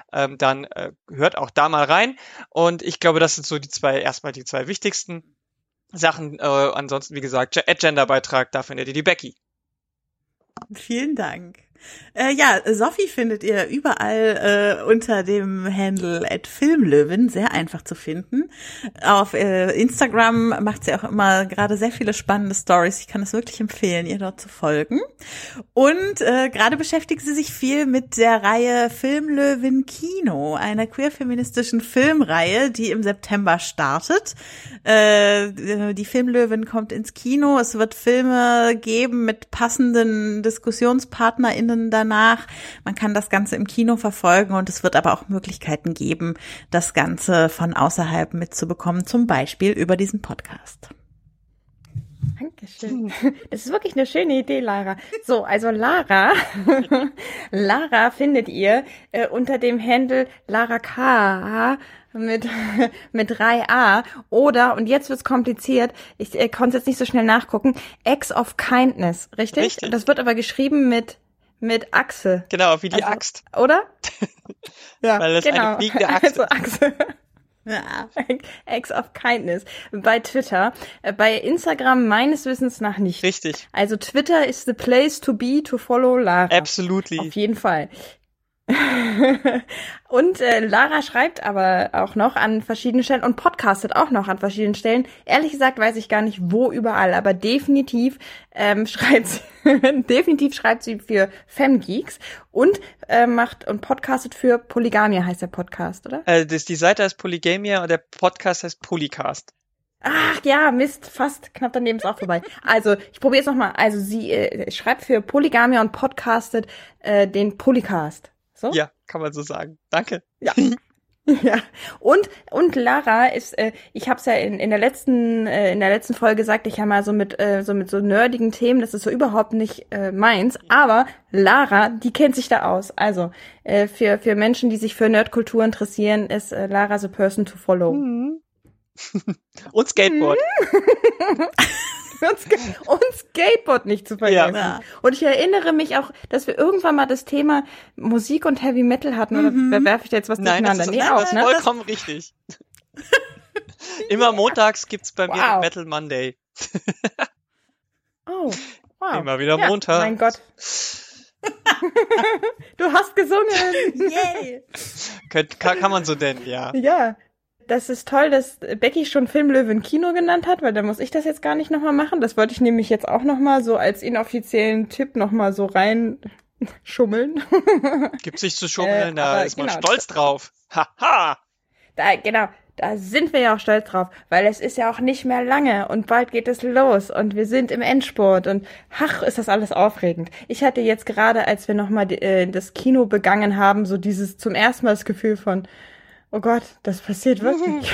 dann hört auch da mal rein. Und ich glaube, das sind so die zwei wichtigsten Sachen. Ansonsten, wie gesagt, Genderbeitrag, da findet ihr die Becky. Vielen Dank. Ja, Sophie findet ihr überall unter dem Handle @Filmlöwen, sehr einfach zu finden. Auf Instagram macht sie auch immer gerade sehr viele spannende Stories. Ich kann es wirklich empfehlen, ihr dort zu folgen. Und gerade beschäftigt sie sich viel mit der Reihe Filmlöwen Kino, einer queer-feministischen Filmreihe, die im September startet. Die Filmlöwen kommt ins Kino. Es wird Filme geben mit passenden DiskussionspartnerInnen danach. Man kann das Ganze im Kino verfolgen und es wird aber auch Möglichkeiten geben, das Ganze von außerhalb mitzubekommen, zum Beispiel über diesen Podcast. Dankeschön. Das ist wirklich eine schöne Idee, Lara. So, also Lara findet ihr unter dem Handle Lara K. mit 3a oder, und jetzt wird's kompliziert, ich konnte jetzt nicht so schnell nachgucken, Acts of Kindness, richtig? Richtig. Das wird aber geschrieben mit Achse. Genau, wie die Axt. Oder? Ja, weil es eine fliegende Axt also ist. Achse. Ja. Acts of Kindness bei Twitter. Bei Instagram meines Wissens nach nicht. Richtig. Also Twitter is the place to be to follow Lara. Absolutely. Auf jeden Fall. Und Lara schreibt aber auch noch an verschiedenen Stellen und podcastet auch noch an verschiedenen Stellen. Ehrlich gesagt weiß ich gar nicht, wo überall, aber definitiv schreibt sie für Femgeeks und macht und podcastet für Polygamia, heißt der Podcast, oder? Die Seite heißt Polygamia und der Podcast heißt Polycast. Ach ja, Mist, fast knapp daneben ist auch vorbei. Also, ich probiere es nochmal. Also, sie schreibt für Polygamia und podcastet den Polycast. So? Ja, kann man so sagen. Danke. Ja. Ja. Und Lara ist, ich habe es ja in der letzten Folge gesagt, ich habe mal so mit so nerdigen Themen, das ist so überhaupt nicht meins, aber Lara, die kennt sich da aus. Also, für Menschen, die sich für Nerdkultur interessieren, ist Lara the person to follow. Mhm. Und Skateboard. Und Skateboard nicht zu vergessen. Ja. Und ich erinnere mich auch, dass wir irgendwann mal das Thema Musik und Heavy Metal hatten. Oder werfe ich da jetzt was durcheinander? Nein, das ist vollkommen richtig. Immer montags gibt's bei mir Metal Monday. Oh, wow. Immer wieder Montag. Mein Gott. Du hast gesungen. Yay. Kann man so nennen, ja. Ja. Das ist toll, dass Becky schon Filmlöwen Kino genannt hat, weil da muss ich das jetzt gar nicht nochmal machen. Das wollte ich nämlich jetzt auch nochmal so als inoffiziellen Tipp nochmal so rein schummeln. Gibt's nicht zu schummeln, da ist man stolz drauf. Haha! Da sind wir ja auch stolz drauf, weil es ist ja auch nicht mehr lange und bald geht es los und wir sind im Endspurt und ist das alles aufregend. Ich hatte jetzt gerade, als wir nochmal das Kino begangen haben, so dieses zum ersten Mal das Gefühl von, oh Gott, das passiert wirklich.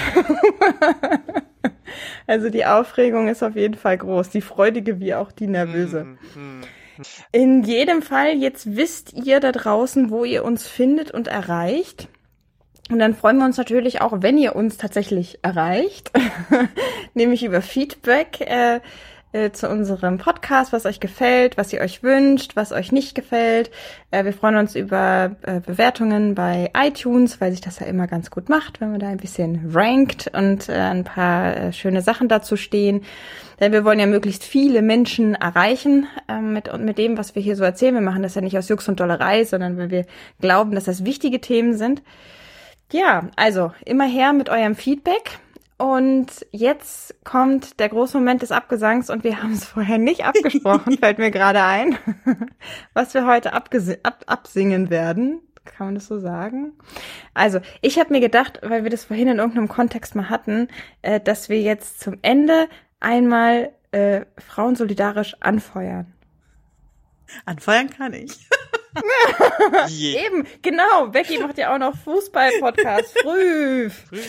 Also die Aufregung ist auf jeden Fall groß, die freudige wie auch die nervöse. In jedem Fall, jetzt wisst ihr da draußen, wo ihr uns findet und erreicht. Und dann freuen wir uns natürlich auch, wenn ihr uns tatsächlich erreicht, nämlich über Feedback zu unserem Podcast, was euch gefällt, was ihr euch wünscht, was euch nicht gefällt. Wir freuen uns über Bewertungen bei iTunes, weil sich das ja immer ganz gut macht, wenn man da ein bisschen rankt und ein paar schöne Sachen dazu stehen. Denn wir wollen ja möglichst viele Menschen erreichen mit dem, was wir hier so erzählen. Wir machen das ja nicht aus Jux und Dollerei, sondern weil wir glauben, dass das wichtige Themen sind. Ja, also immer her mit eurem Feedback. Und jetzt kommt der große Moment des Abgesangs und wir haben es vorher nicht abgesprochen, fällt mir gerade ein, was wir heute absingen werden. Kann man das so sagen? Also, ich habe mir gedacht, weil wir das vorhin in irgendeinem Kontext mal hatten, dass wir jetzt zum Ende einmal Frauen solidarisch anfeuern. Anfeuern kann ich. Eben, genau. Becky macht ja auch noch Fußball-Podcast. Früh.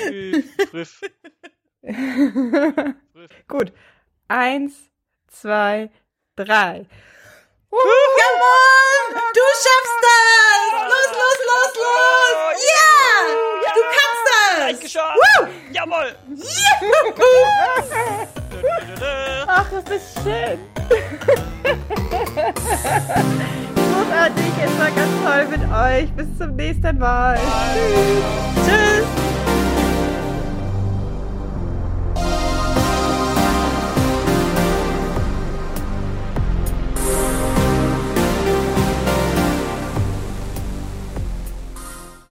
Gut. 1, 2, 3. Jawohl! Du schaffst das! Los! Ja! Du kannst das! Geschafft! Jawohl! Ach, das ist schön. Großartig. Es war ganz toll mit euch. Bis zum nächsten Mal. Tschüss. Tschüss.